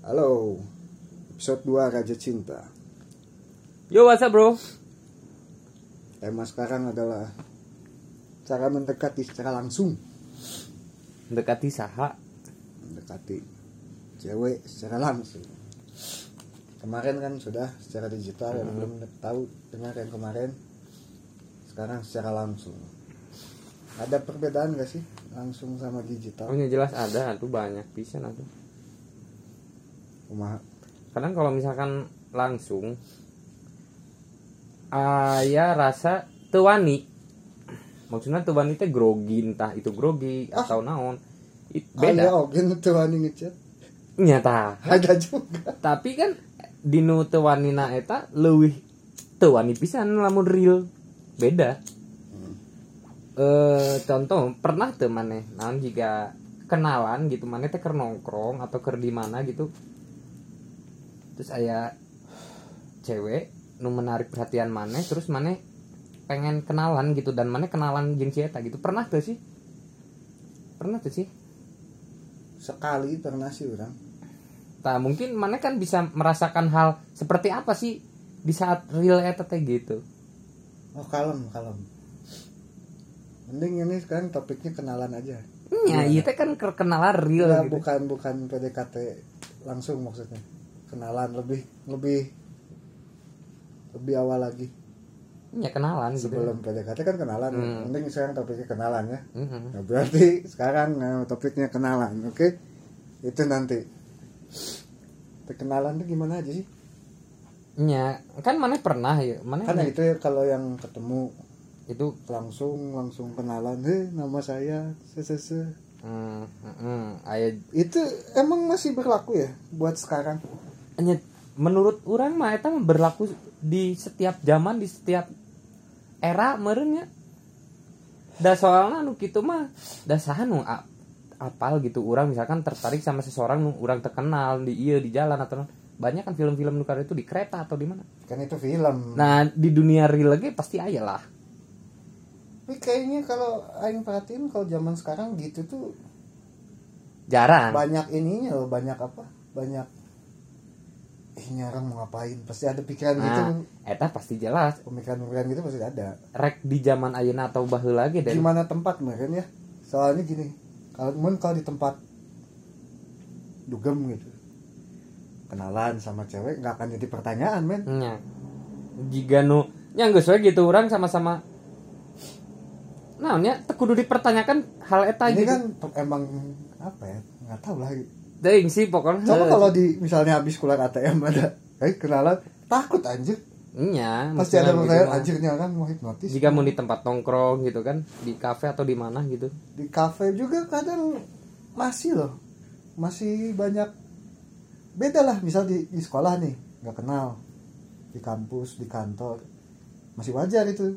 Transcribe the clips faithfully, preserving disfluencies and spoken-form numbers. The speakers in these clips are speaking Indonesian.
Halo, episode dua Raja Cinta. Yo, what's up bro? Tema sekarang adalah cara mendekati secara langsung. Mendekati saha? Mendekati cewek secara langsung. Kemarin kan sudah secara digital, yang belum tahu dengar yang kemarin. Sekarang secara langsung. Ada perbedaan gak sih langsung sama digital? Oh ya jelas ada, tuh banyak pisan atuh. Kumaha? Kadang kalau misalkan langsung aya rasa teu wani. Maksudnya teu wani teh grogi, entah itu grogi Ah. atau naon. It, beda. Aya oge nu teu wani ngechat. Nya tah. Ada juga. Tapi kan di nu teu wanina eta leuwih teu wani pisan lamun real. Beda. Hmm. Eh contoh pernah teu maneh naon jika kenalan gitu maneh teh keur nongkrong atau keur di mana gitu. Terus aya cewek nu menarik perhatian maneh terus maneh pengen kenalan gitu dan maneh kenalan jeung si eta gitu. Pernah tuh sih? Pernah tuh sih? Sekali pernah sih orang. Tah mungkin maneh kan bisa merasakan hal seperti apa sih di saat real eta teh gitu. Oh kalem, kalem. Mending ini sekarang topiknya kenalan aja. Nya ieu teh kan kenalan real Nah, gitu. bukan bukan P D K T langsung maksudnya. Kenalan lebih lebih lebih awal lagi. Nya kenalan gitu. Sebelum P D K T kan kenalan. Hmm. Mending sekarang topiknya kenalan ya. Mm-hmm. Nah, berarti sekarang nah, topiknya kenalan, oke? Okay? Itu nanti. Kenalan tuh gimana aja sih? Nya kan maneh pernah ya, maneh Kan itu ya, kalau yang ketemu itu langsung langsung kenalan, heh nama saya sesese. hmm, hmm, aya Itu emang masih berlaku ya buat sekarang? nya menurut orang mah eta mah berlaku di setiap zaman, di setiap era meureun nya. Da soalna anu kitu mah da saha nu a- apal gitu urang misalkan tertarik sama seseorang nu urang terkenal di ieu di jalan atau banyak kan film-film nu kada itu di kereta atau di mana. Kan itu film. Nah, di dunia real lagi pasti aya lah. Tapi kayaknya kalau aing perhatiin kalau zaman sekarang gitu tuh Jarang. banyak ininya loh, banyak apa? Banyak ini orang mau ngapain? Pasti ada pikiran gitu. Nah, eta pasti jelas. Pemikiran-pemikiran gitu pasti ada. Rek di zaman ayeuna atau baheula lagi dan Gimana tempat meren ya? Soalnya gini, kalau mun kalau di tempat dugem gitu. Kenalan sama cewek nggak akan jadi pertanyaan, men. nya. Jika nu nya geus we gitu urang sama-sama naonnya teu kudu dipertanyakan hal eta Ini gitu. kan emang apa ya? Nggak tahu lah. Teuing sih pokoknya. Coba kalau di misalnya habis keluar A T M ada, eh kenalan, takut anjir. Nya, Pasti ada maksudnya pertanyaan gitu mah. anjirnya kan mau hipnotis. Jika mau di tempat nongkrong gitu kan, di kafe atau di mana gitu. Di kafe juga kadang masih loh. Masih banyak beda lah, misal di, di sekolah nih, nggak kenal. Di kampus, di kantor. Masih wajar itu.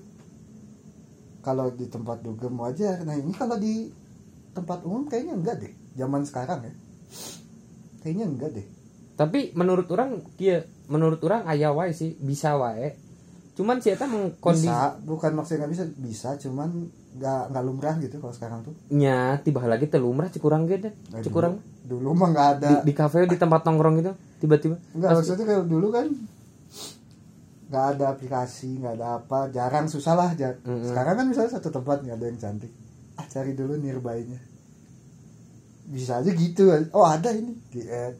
Kalau di tempat dugem wajar. Nah, ini kalau di tempat umum kayaknya enggak deh. Zaman sekarang ya. Kayaknya enggak deh. Tapi menurut orang kieu, menurut orang aya wae sih, bisa wae. Cuman si eta mengkondisi Bisa, bukan maksudnya nggak bisa, bisa, cuman nggak nggak lumrah gitu kalau sekarang tuh. nya tiba lagi teu lumrah cik urang ge deh. Nah, Cik dulu- urang Dulu mah nggak ada. di, di kafe di tempat nongkrong gitu tiba-tiba. Enggak, Pas- maksudnya kalau dulu kan nggak ada aplikasi, nggak ada apa, jarang, susah lah. Jar- Mm-mm. Sekarang kan misalnya satu tempat nggak ada yang cantik, ah cari dulu nearby-nya. Bisa aja gitu. Oh ada ini di add.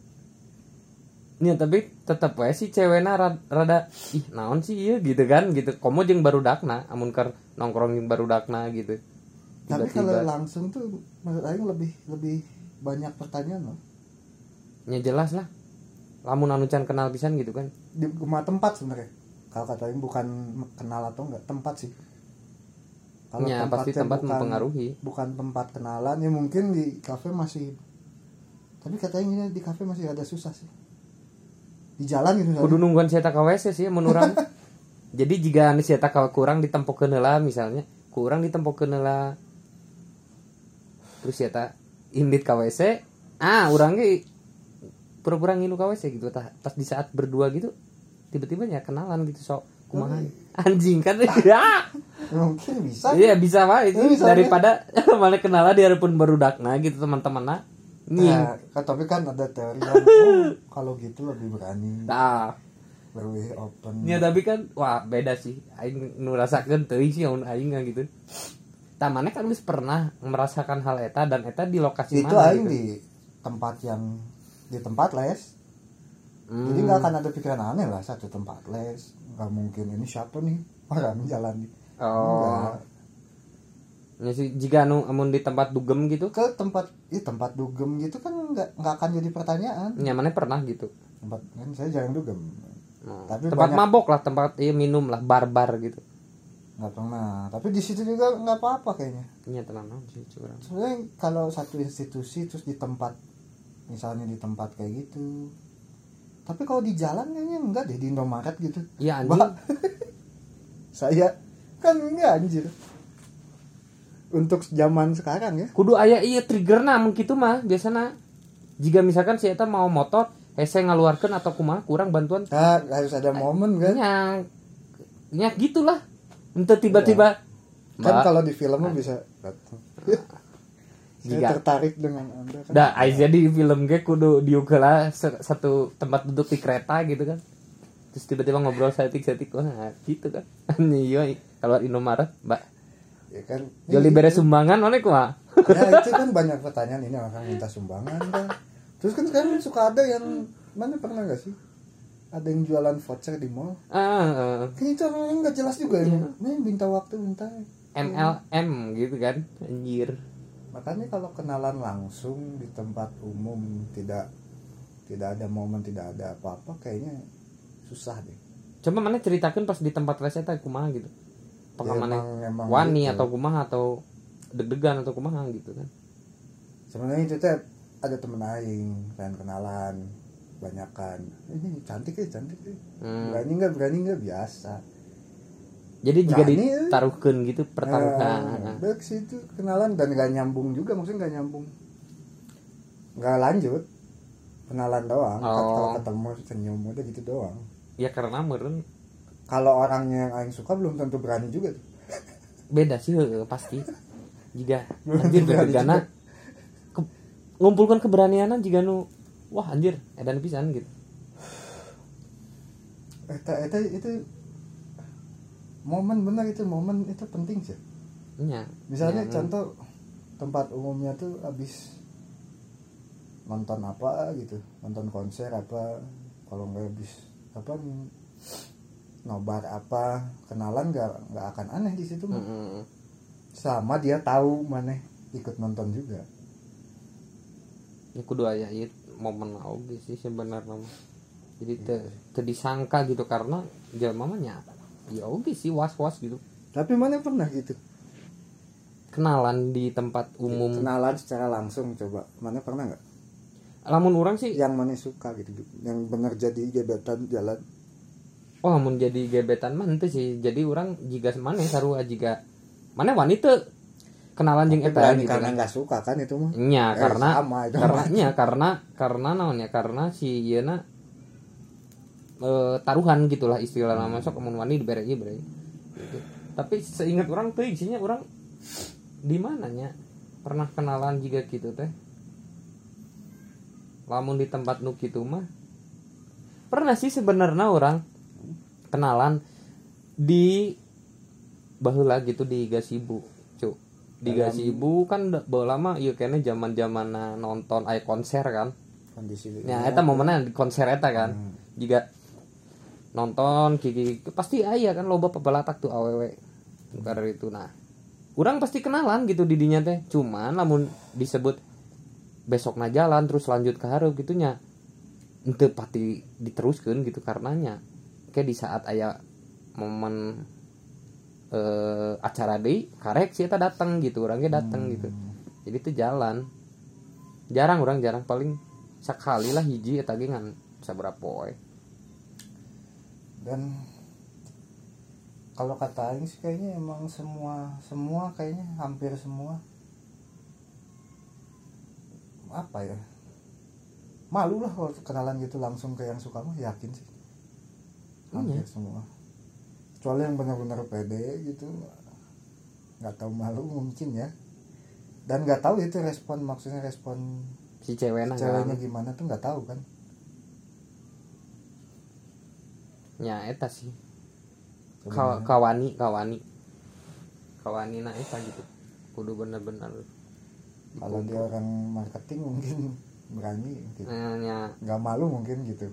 Nya tapi tetep wae si cewekna rada, rada ih naon sih ieu gitu kan gitu. Komo jeung barudakna amun keur nongkrong jeung barudakna gitu. Tapi kalau Tiba-tiba langsung tuh menurut Aing lebih lebih banyak pertanyaan loh. nya jelas lah. Lamun anu can kenal pisan gitu kan. Di rumah tempat sebenarnya. Kalau kata Aing bukan kenal atau enggak, tempat sih. Kalau Nya pasti tempatnya tempat bukan- mempengaruhi. Bukan tempat kenalan ya mungkin di kafe masih. Tapi katanya di kafe masih ada susah sih. Di jalan gitu Kudu nungguan si eta ka W C sih mun urang. Jadi jika anu si eta ka kurang ditempokeun heula misalnya, kurang ditempokeun heula. Terus si eta indit ka W C, ah urang ge pura-pura ngilu ka W C gitu tah. Pas di saat berdua gitu tiba-tiba ya kenalan gitu sok kumaha. Anjing kan ya. Mungkin bisa. Iya bisa wae sih Misalnya. daripada mana kenalan di hareupeun barudakna gitu teman-temanna. Nah, kan, tapi kan ada teori yang oh, kalau gitu lebih berani. Nah, Lebih open. ya tapi kan wah beda sih. Aing nu rasakeun teuing sih mun aing gitu. Tamane kan geus pernah merasakan hal eta dan eta di lokasi itu mana aing gitu. di tempat yang di tempat les. Hmm. Jadi nggak akan ada pikiran aneh lah satu tempat les. Nggak mungkin ini siapa nih orang jalan di. Oh. Enggak. Ya sih jika anu amun di tempat dugem gitu Ke tempat ya tempat dugem gitu kan nggak nggak akan jadi pertanyaan. nyamannya pernah gitu. Tempat kan saya jarang dugem. Oh. Tapi tempat banyak, mabok lah, tempat iya minum lah, bar-bar gitu. nggak pernah. Tapi di situ juga nggak apa-apa kayaknya. Iya tenang sih curang. Sebenarnya kalau satu institusi terus di tempat misalnya di tempat kayak gitu. Tapi kalau di jalan kayaknya enggak deh, di Indomaret gitu. Iya anjing. Bah, saya kan enggak anjir. Untuk zaman sekarang ya. Kudu aya iya triggerna mun kitu mah biasana. Jika misalkan si eta mau motor hese ngaluarkeun atau kumaha kurang bantuan. Nah, harus ada momen kan. Nya nya gitulah. Ente tiba-tiba Kan Mbak, kalau di film mah bisa saya Jika- tertarik dengan Anda kan. da ai jadi di film ge kudu diukeula satu tempat duduk di kereta gitu kan. Terus tiba-tiba ngobrol setik-setik wah gitu kan. Anjing kalau Indomaret, Mbak. Ya kan. Joli beres sumbangan mana kumaha? Ya itu kan banyak pertanyaan ini orang minta sumbangan kan. Terus kan sekarang suka ada yang mana pernah nggak sih? Ada yang jualan voucher di mall. Ah, Kayaknya itu orang nggak jelas juga ya. Nih minta waktu minta. M L M gitu kan. Anjir. Makanya kalau kenalan langsung di tempat umum tidak tidak ada momen tidak ada apa-apa kayaknya susah deh. Coba mana ceritakan pas di tempat les eta kumaha gitu. Apakah Ya, mana emang- emang wani gitu. atau kumaha atau deg-degan atau kumaha gitu kan. Sebenarnya itu teh ada temen aing pengen kenalan banyakan. Ini cantik ya cantik ya. Hmm. Berani nggak berani nggak biasa. Jadi jika Berani, ya. ditaruhkeun gitu pertaruhan. Nah, baik sih itu kenalan dan gak nyambung juga maksudnya gak nyambung gak lanjut kenalan doang. Oh. Kalau ketemu senyum udah gitu doang. Ya karena meureun Kalau orangnya yang aing suka belum tentu berani juga tuh. beda sih heueuh, pasti. Jika Belum anjir berani deg-degana juga. ke- ngumpulkan keberanianan jika nu wah anjir edan pisan gitu. Eta eta itu momen benar itu momen itu penting sih. Nya. Misalnya nya, contoh tempat umumnya tuh abis nonton apa gitu, nonton konser apa, kalau nggak habis apa nobar apa, kenalan nggak nggak akan aneh di situ mah. mm-mm. Sama dia tahu mana ikut nonton juga. Ya kudu aya ieu momen oge sih sebenarnya mah. Jadi teu teu disangka gitu karena jelema mah nya ya oge sih was-was gitu. Tapi mana pernah gitu Kenalan di tempat umum. kenalan secara langsung, coba mana pernah nggak? Lamun orang sih Yang mana suka gitu, yang benar jadi gebetan jalan. oh mun jadi gebetan mah henteu sih. Jadi orang jika maneh sarua jika maneh wanita kenalan jeung eta Berani gitu karena kan. nggak suka kan itu mah. Nya Eh, karena sama itu karena mah. nya karena karena naonnya karena si ieuna e, taruhan gitulah istilah Hmm. nama sok mun wani dibere ieu bere. Gitu. Tapi seingat orang tuh isinya orang di mananya pernah kenalan juga gitu teh. Lamun di tempat nu kitu mah pernah sih sebenarnya orang kenalan di baheula gitu di Gasibu, cuk. Di Dalam- Gasibu kan baheula mah ieu kene zaman-zamanna nonton aya konser kan. Kondisi. Ya eta momenna di konser eta kan. Hmm. Juga nonton kiki pasti aya kan loba pabalatak tuh awewe. Karena itu nah. Urang pasti kenalan gitu di dinya teh. Cuman lamun disebut besokna jalan terus lanjut ke hareup gitunya. Henteu pati diteruskeun gitu karenanya. Kayak di saat aya momen eh, acara deui karek si eta datang gitu, orangnya datang Hmm. gitu. Jadi itu jalan. Jarang orang jarang paling sakali lah hiji eta ge ngan sabaraha poe. Dan kalau kata Aing sih kayaknya emang semua semua kayaknya hampir semua apa ya, malu lah kalau kenalan gitu langsung ke yang suka mah, yakin sih hampir Iya. semua, kecuali yang benar-benar pede gitu nggak tahu malu mungkin ya, dan nggak tahu itu respon maksudnya respon si ceweknya ceweknya gimana tuh nggak tahu kan. nya eta sih Sebenarnya. Ka- kawani kawani kawani na eta gitu kudu bener-bener Kalau dia orang marketing mungkin berani gitu. Nah, nya Nggak malu mungkin gitu.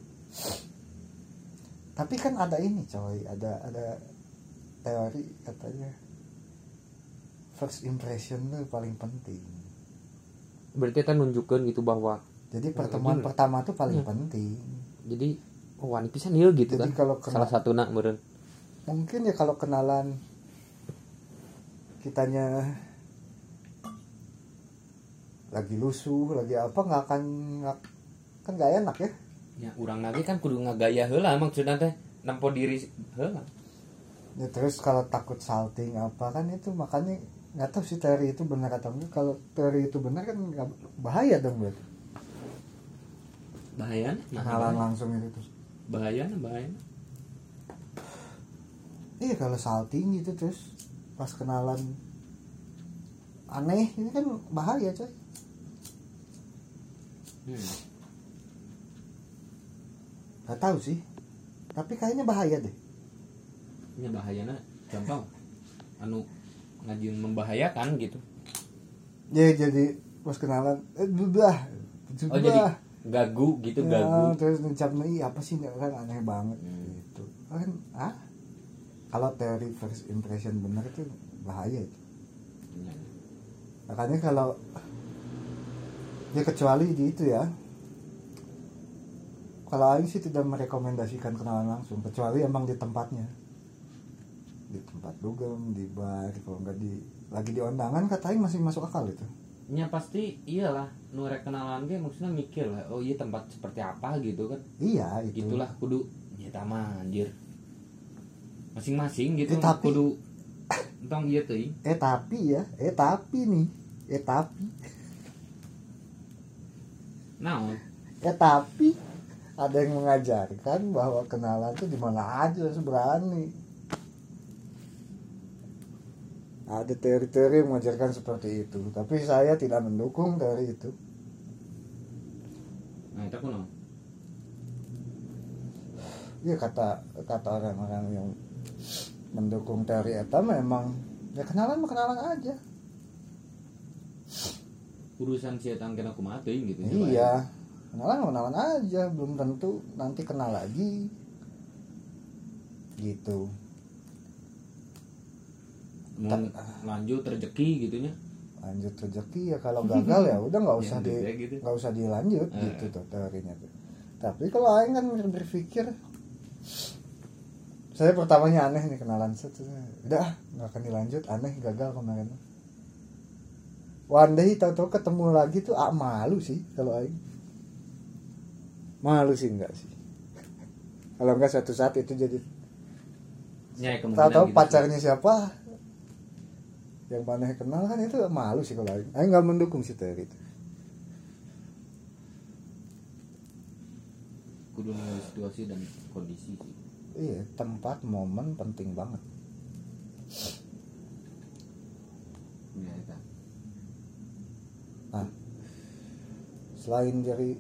Tapi kan ada ini coy, ada ada teori katanya first impression itu paling penting. berarti kita nunjukkan gitu bahwa Jadi pertemuan gini. pertama tuh paling Hmm. penting. jadi oh wani pisan ieu gitu Jadi kan kalau kena- salah satu nak meureun Mungkin ya kalau kenalan kitanya lagi lusuh, lagi apa nggak akan nggak kan nggak enak ya. ya urang lagi kan kudu ngagaya heula maksudna teh nampo diri heula Ya terus kalau takut salting apa kan itu makanya nggak tahu sih teori itu benar atau enggak. Kalau teori itu benar kan nggak bahaya dong berarti. bahaya Kenalan langsung itu tuh. bahaya bahaya Iya kalau salting gitu terus pas kenalan aneh ini kan bahaya coy. hmm. Gak tahu sih. Tapi kayaknya bahaya deh. nya bahayana contoh anu ngajin membahayakan gitu Ya jadi pas kenalan eh udah oh jadi gagu gitu ya, gagu terus ngucapnya ih apa sih kan aneh banget Hmm. gitu kan ah kalau teori first impression benar itu bahaya itu. Ya. Makanya kalau ya kecuali di itu ya kalau Aing sih tidak merekomendasikan kenalan langsung kecuali emang di tempatnya di tempat dugem di bar kalau nggak di lagi di undangan kata Aing masih masuk akal itu. nya pasti iyalah nu rek kenalan ge maksudnya mikir lah oh iya tempat seperti apa gitu kan Iya itu gitulah kudu nyata mah anjir masing-masing gitu Eh, tapi- kudu entong ieu teuing eh tapi ya eh tapi nih eh tapi naon eh tapi ada yang mengajarkan bahwa kenalan tuh di mana aja seberani. Ada teori-teori yang mengajarkan seperti itu, tapi saya tidak mendukung teori itu. nah eta kunaon Ya kata kata orang-orang yang mendukung teori itu memang ya kenalan mah kenalan aja. urusan si eta kena kumaha teuing gitu Iya, kenalan kenalan aja, belum tentu nanti kenal lagi. Gitu. mau lanjut rezeki gitunya Lanjut rezeki ya kalau gagal ya udah nggak usah Ya, di udah gitu. nggak usah dilanjut Eh. gitu tuh teorinya tuh. Tapi kalau Aing kan berpikir saya pertamanya aneh nih kenalan set udah ah, nggak akan dilanjut aneh gagal kemarin. One day tahu-tahu ketemu lagi tuh ah, malu sih kalau Aing. Malu sih enggak sih. Kalau enggak suatu saat itu jadi nya kemungkinan tahu-tahu gitu. pacarnya siapa yang mana kenal kan itu malu sih kalau Aing. Aing nggak mendukung sih teori itu. kudu nilai situasi dan kondisi sih Iya, tempat momen penting banget. ya eta Nah, selain dari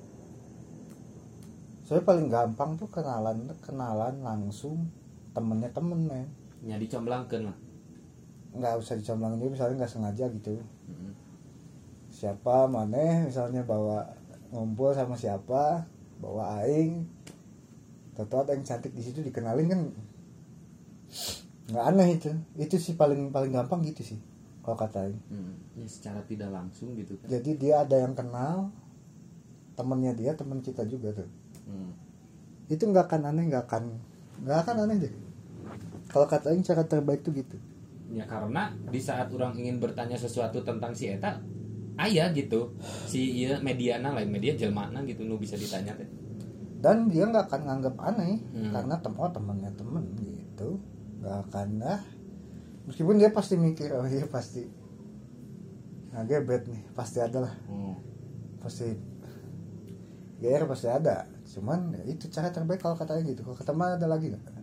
saya paling gampang tuh kenalan kenalan langsung temennya temen men. nya dicomblangkeun lah Nggak usah dicomblangin juga misalnya nggak sengaja gitu. Heeh. Siapa maneh misalnya bawa ngumpul sama siapa bawa aing tahu ada yang cantik di situ dikenalin kan nggak aneh itu itu sih paling paling gampang gitu sih kalau kata aing. Hmm. Ya, secara tidak langsung gitu kan. Jadi dia ada yang kenal temennya dia teman kita juga tuh Hmm. itu nggak akan aneh nggak akan nggak akan aneh deh kalau kata aing cara terbaik tuh gitu. Ya karena di saat orang ingin bertanya sesuatu tentang si eta aya gitu si ieu mediana lain media jelmana gitu nu bisa ditanya teh. Dan dia nggak akan nganggap aneh Hmm. karena tem oh temennya temen gitu nggak akan dah meskipun dia pasti mikir oh iya pasti nah gebet nih pasti ada lah Hmm. pasti G R pasti ada cuman ya itu cara terbaik kalau katanya gitu. Kalau kata mah ada lagi nggak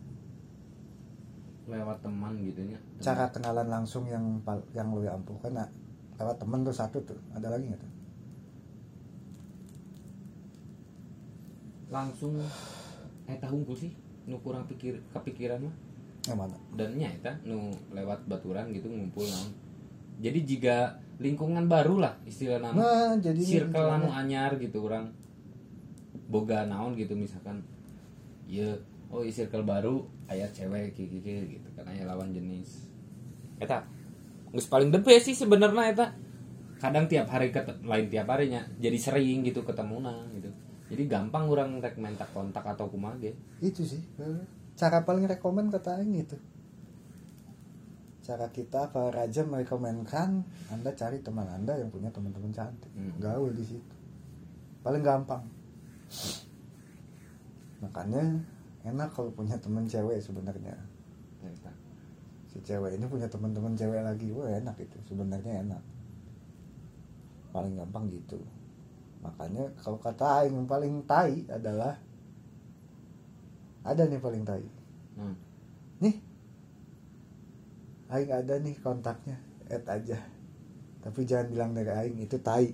Lewat teman gitu nya. cara kenalan langsung yang pal- yang lu ampuh kan nah, lewat temen tuh satu tuh ada lagi nggak tuh langsung eh tahungkul sih nu kurang pikir kepikiran mah yang mana dan nya eta nu lewat baturan gitu ngumpul naon. Jadi jika lingkungan baru lah istilahnya nah jadi circle anu anyar gitu orang boga naon gitu misalkan ya oh i circle baru aya cewek kiki gitu kan aya lawan jenis eta geus paling the best sih sebenarnya eta kadang tiap hari ke lain tiap harinya jadi sering gitu ketemuna gitu jadi gampang orang rek mentak kontak atau kumaha ge itu sih cara paling rekomen kata aing itu cara kita para raja merekomenkan Anda cari teman Anda yang punya teman-teman cantik hmm. gaul di situ paling gampang makanya enak kalau punya teman cewek sebenarnya si cewek ini punya teman-teman cewek lagi wah enak itu sebenarnya enak paling gampang gitu makanya kalau kata aing yang paling tai adalah ada nih paling tai hmm. nih aing ada nih kontaknya add aja tapi jangan bilang dari aing itu tai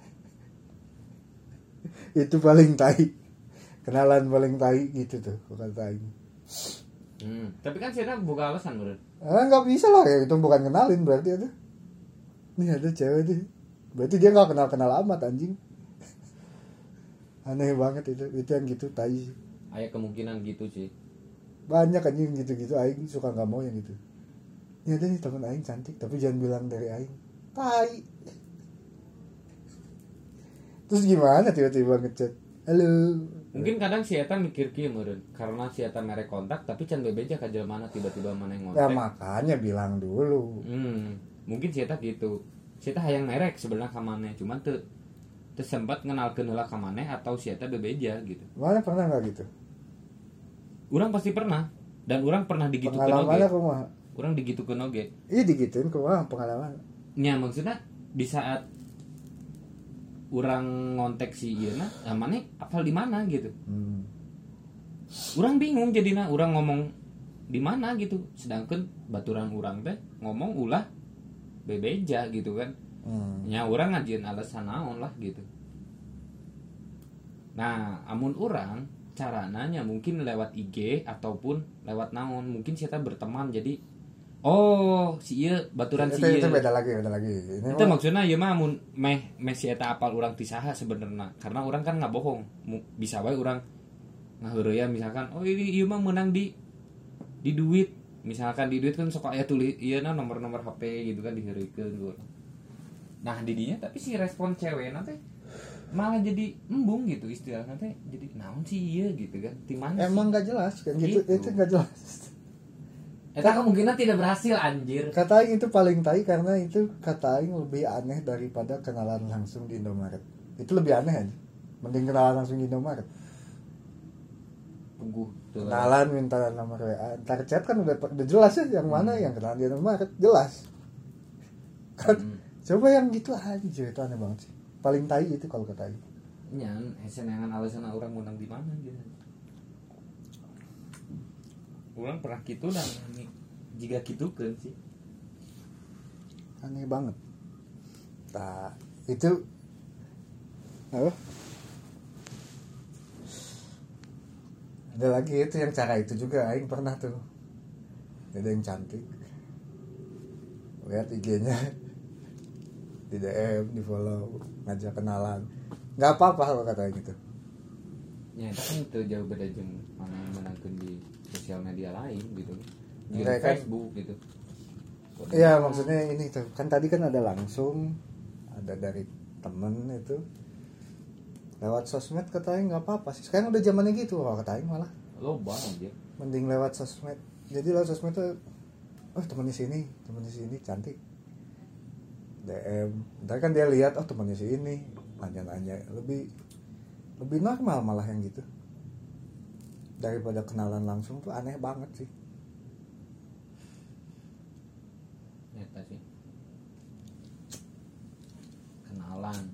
itu paling tai kenalan paling tai gitu tuh kata aing hmm. Tapi kan saya buka alasan bro ah nggak bisa lah ya itu bukan kenalin berarti ada nih ada cewek nih berarti dia nggak kenal kenal amat anjing aneh banget itu itu yang gitu tai ada kemungkinan gitu sih banyak anjing gitu-gitu aing suka nggak mau yang gitu ini ada nih teman aing cantik tapi jangan bilang dari aing tai terus gimana tiba-tiba ngechat halo mungkin kadang si Eta mikir kieu meureun karena si Eta merek kontak tapi can bebeja ka jelema tiba-tiba mana yang ngontek ya makanya bilang dulu hmm, mungkin si Eta gitu si Eta hayang merek sebenarnya ka maneh cuman teu teu sempat ngenalkeun heula ka maneh atau si Eta bebeja gitu mana pernah nggak gitu urang pasti pernah dan urang pernah digitukeun oge pengalaman aku mah urang digitukeun oge iya digituin kumaha pengalaman nya maksudnya di saat urang ngontek si ieu na ah maneh apal di mana gitu hmm. Urang bingung jadina urang ngomong di mana gitu sedangkan baturan urang teh ngomong ulah bebeja gitu kan hmm. nya urang ngajieun alasan naon lah gitu nah amun urang carananya mungkin lewat I G ataupun lewat naon mungkin kita berteman jadi oh si ieu baturan si ieu itu beda lagi beda lagi ini itu maksudnya ieu mah mun meh meh si eta apal urang ti saha sebenarnya karena urang kan ngabohong bisa wae urang ngaheureuy misalkan oh ini ieu mah menang di di duit misalkan di duit kan sok aya tulis ieu na nomor-nomor H P gitu kan diheureukeun nah di dinya tapi si respon cewek nanti malah jadi embung gitu istilahnya teh jadi naon sih ieu gitu kan ti mana emang enggak jelas kan gitu, gitu. Itu enggak jelas eta kemungkinan tidak berhasil anjir kata aing itu paling tai karena itu kata aing lebih aneh daripada kenalan langsung di Indomaret itu lebih aneh aja mending kenalan langsung di Indomaret tunggu kenalan minta nomor W A ntar chat kan udah udah jelas ya yang mana hmm. yang kenalan di Indomaret jelas kan hmm. coba yang gitu aja itu aneh banget sih paling tai itu kalau kata aing nya esenangan alasan orang menang di mana gitu orang pernah gitu dan jika gitu kan sih aneh banget nah itu apa ada lagi itu yang cara itu juga aing pernah tuh ada yang cantik lihat I G-nya di D M di follow ngajak kenalan nggak apa-apa kalau kata gitu ya itu kan itu jauh beda jeung mana yang menangkan di sosial media lain gitu di kan, Facebook gitu iya maksudnya ini tuh kan tadi kan ada langsung ada dari temen itu lewat sosmed katanya nggak apa-apa sih sekarang udah zamannya gitu kalau katanya malah lo banget ya mending lewat sosmed jadi lewat sosmed tuh oh temennya sini temennya sini cantik D M ntar kan dia lihat oh temennya si ini nanya-nanya lebih lebih normal malah yang gitu daripada kenalan langsung tuh aneh banget sih nyata sih kenalan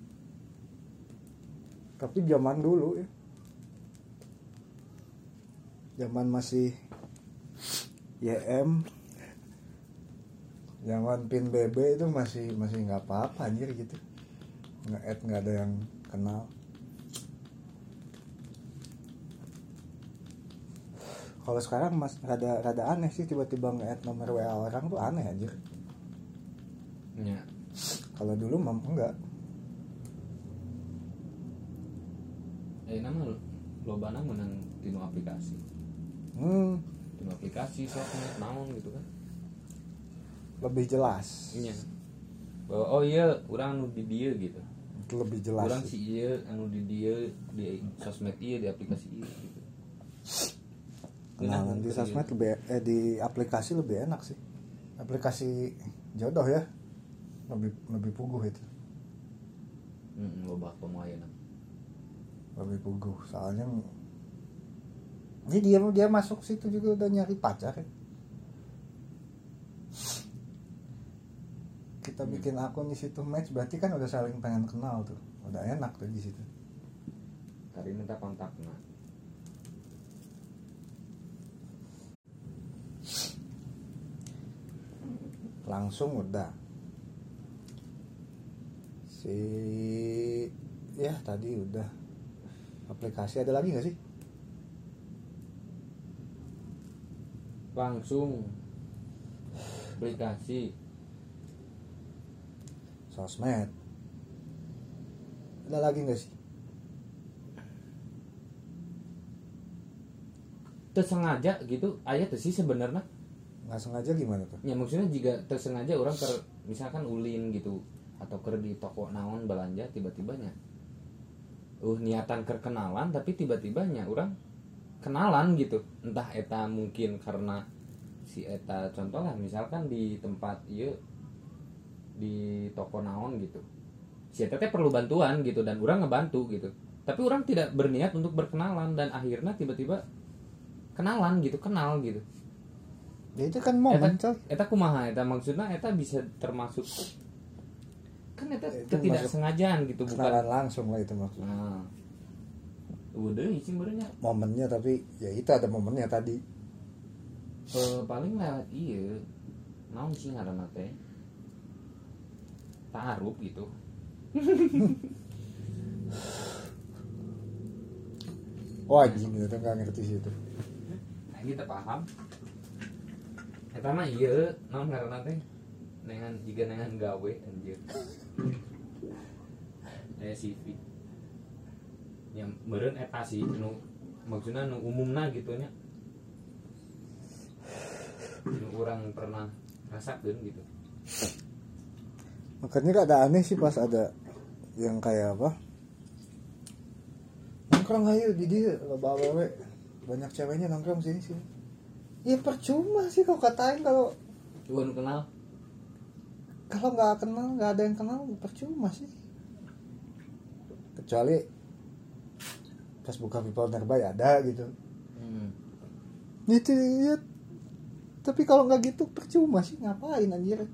tapi zaman dulu ya zaman masih Y M zaman pin B B itu masih masih nggak apa-apa anjir gitu nge-add nggak ada yang kenal Kalau sekarang mas rada rada aneh sih, tiba-tiba nge-add nomor W A orang tuh aneh aja. Ya. Kalau dulu mah enggak. Eh nama lobana menang tinu aplikasi. Hmm, Tinu aplikasi sosmed naon gitu kan. lebih jelas. Iya. Bahwa oh iya urang anu di dieu gitu. Itu lebih jelas. Urang sih. si ieu anu di dieu di sosmed ieu di aplikasi ieu gitu. Kenalan di sosmed lebih eh di aplikasi lebih enak sih. Aplikasi jodoh ya. Lebih lebih puguh itu. Heeh, loba pemayanan. Lebih puguh soalnya ini dia dia masuk situ juga udah nyari pacar ya. Kita bikin akun di situ match berarti kan udah saling pengen kenal tuh, udah enak tuh di situ. Tadi minta kontaknya. Langsung udah si ya tadi udah. Aplikasi ada lagi nggak sih? Langsung aplikasi Sosmed ada lagi nggak sih? tersengaja gitu aya teh sih sebenarnya. Nggak sengaja gimana tuh? Ya maksudnya jika tersengaja orang ter misalkan ulin gitu atau ker di toko naon belanja tiba-tibanya uh niatan kerkenalan tapi tiba-tibanya orang kenalan gitu, entah eta mungkin karena si eta contoh lah misalkan di tempat ieu di toko naon gitu si eta teh perlu bantuan gitu dan orang ngebantu gitu tapi orang tidak berniat untuk berkenalan dan akhirnya tiba-tiba kenalan gitu kenal gitu. Ya itu kan momen Eta, coy. eta kumaha eta maksudnya eta bisa termasuk kan eta Itu ketidaksengajaan gitu bukan kenalan langsung lah itu maksudnya. nah udah isi sebenarnya Momennya tapi ya itu ada momennya tadi. eh, paling lewat iya naon sih ngaranna teh tarup gitu. Wah anjing itu nggak ngerti sih itu. Nah ini teu paham eta mah ieu naon ngaranna teh nengan jiga nengan gawe anjir. Aya C V yang meureun eta sih nu maksudna nu umumna gitu nya nu urang pernah rasakeun gitu. Makanya ada aneh sih pas ada yang kayak apa? Nongkrong ayo di dia loba awewe. Banyak ceweknya nongkrong sini sini. Ya percuma sih kalau katain kalau Lu anu kenal kalau nggak kenal nggak ada yang kenal percuma sih. Kecuali pas buka people nearby ada gitu. hmm. Gitu ya. Tapi kalau nggak gitu percuma sih ngapain anjir.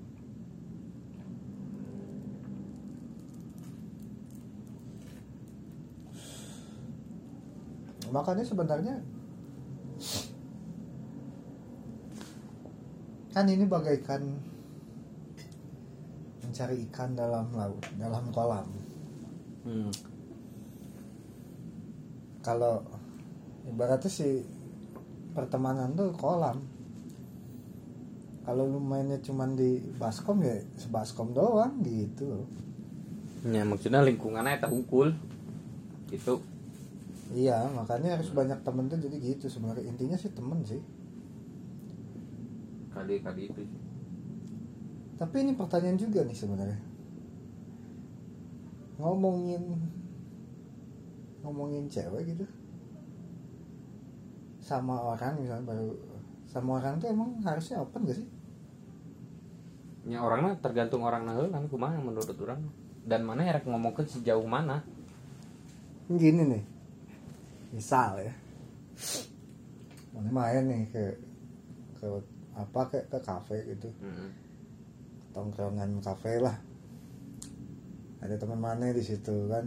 Makanya sebenarnya kan ini bagaikan mencari ikan dalam laut, dalam kolam. Hmm. Kalau ibaratnya sih pertemanan tuh kolam. Kalau lu mainnya cuman di baskom ya sebaskom doang gitu. Ya maksudnya lingkungannya eta hungkul gitu. Iya, makanya harus banyak temen tuh jadi gitu sebenarnya intinya sih temen sih. Kali-kali itu. Tapi ini pertanyaan juga nih sebenarnya. Ngomongin ngomongin cewek gitu. Sama orang misalnya baru sama orang tuh emang harusnya open gak sih? Ya orangnya tergantung orang nah kan kumaha menurut orang dan mana ya rek ngomongkeun sejauh mana. Gini nih. Misal ya. Mana main nih ke ke apa ke ke kafe gitu. Mm-hmm. Tongkrongan kafe lah. Ada teman mana di situ kan.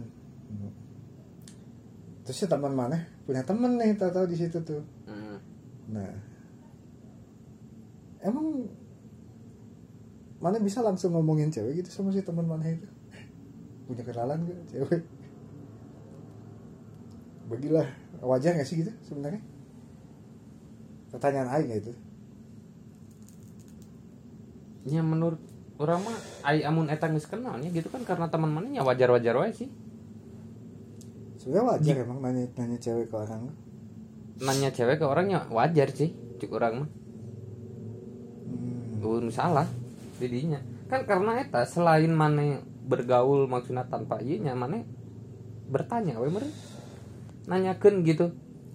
Terus si teman mana punya temen nih tahu-tahu di situ tuh. Mm-hmm. Nah, emang mana bisa langsung ngomongin cewek gitu sama si teman mana itu? Punya kenalan gak cewek? Bagilah wajar gak sih gitu sebenarnya? pertanyaan aing itu. Ya menurut orang mah ai amun eta geus kenalnya gitu kan karena teman manehnya wajar-wajar wae sih. Sebenarnya wajar emang nanya nanya cewek ke orang. Nanya cewek ke orangnya wajar sih, cuk orang mah. Hmm. Tuh salah didinya. Kan karena eta selain maneh bergaul maksudnya tanpa ieu nya maneh bertanya we meureun. Nanyakeun gitu.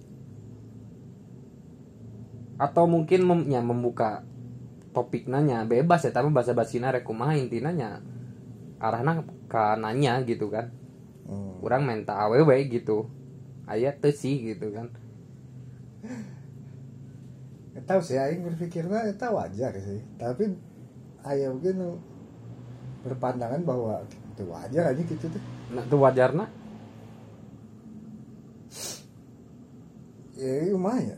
Atau mungkin mem, ya, membuka topik nanya bebas ya tapi bahasa basina rek kumaha intina nya arahna ka nanya gitu kan. Hmm. Urang minta awewe gitu. Aya teu sih gitu kan. Tahu sih aing berpikirnya itu wajar sih. Tapi aya mungkin berpandangan bahwa itu wajar aja gitu tuh. Nah, itu wajarna. Ya lumayan.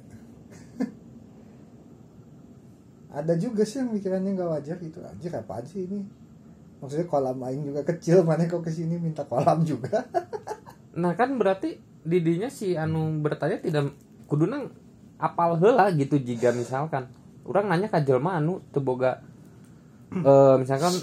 Ada juga sih yang pikirannya nggak wajar gitu aja apa sih ini. Maksudnya kolam aing juga kecil, mana kok kesini minta kolam juga. Nah kan berarti didinya si anu bertanya tidak kuduna apal heula gitu jika misalkan orang nanya ka jelema anu teu boga e, misalkan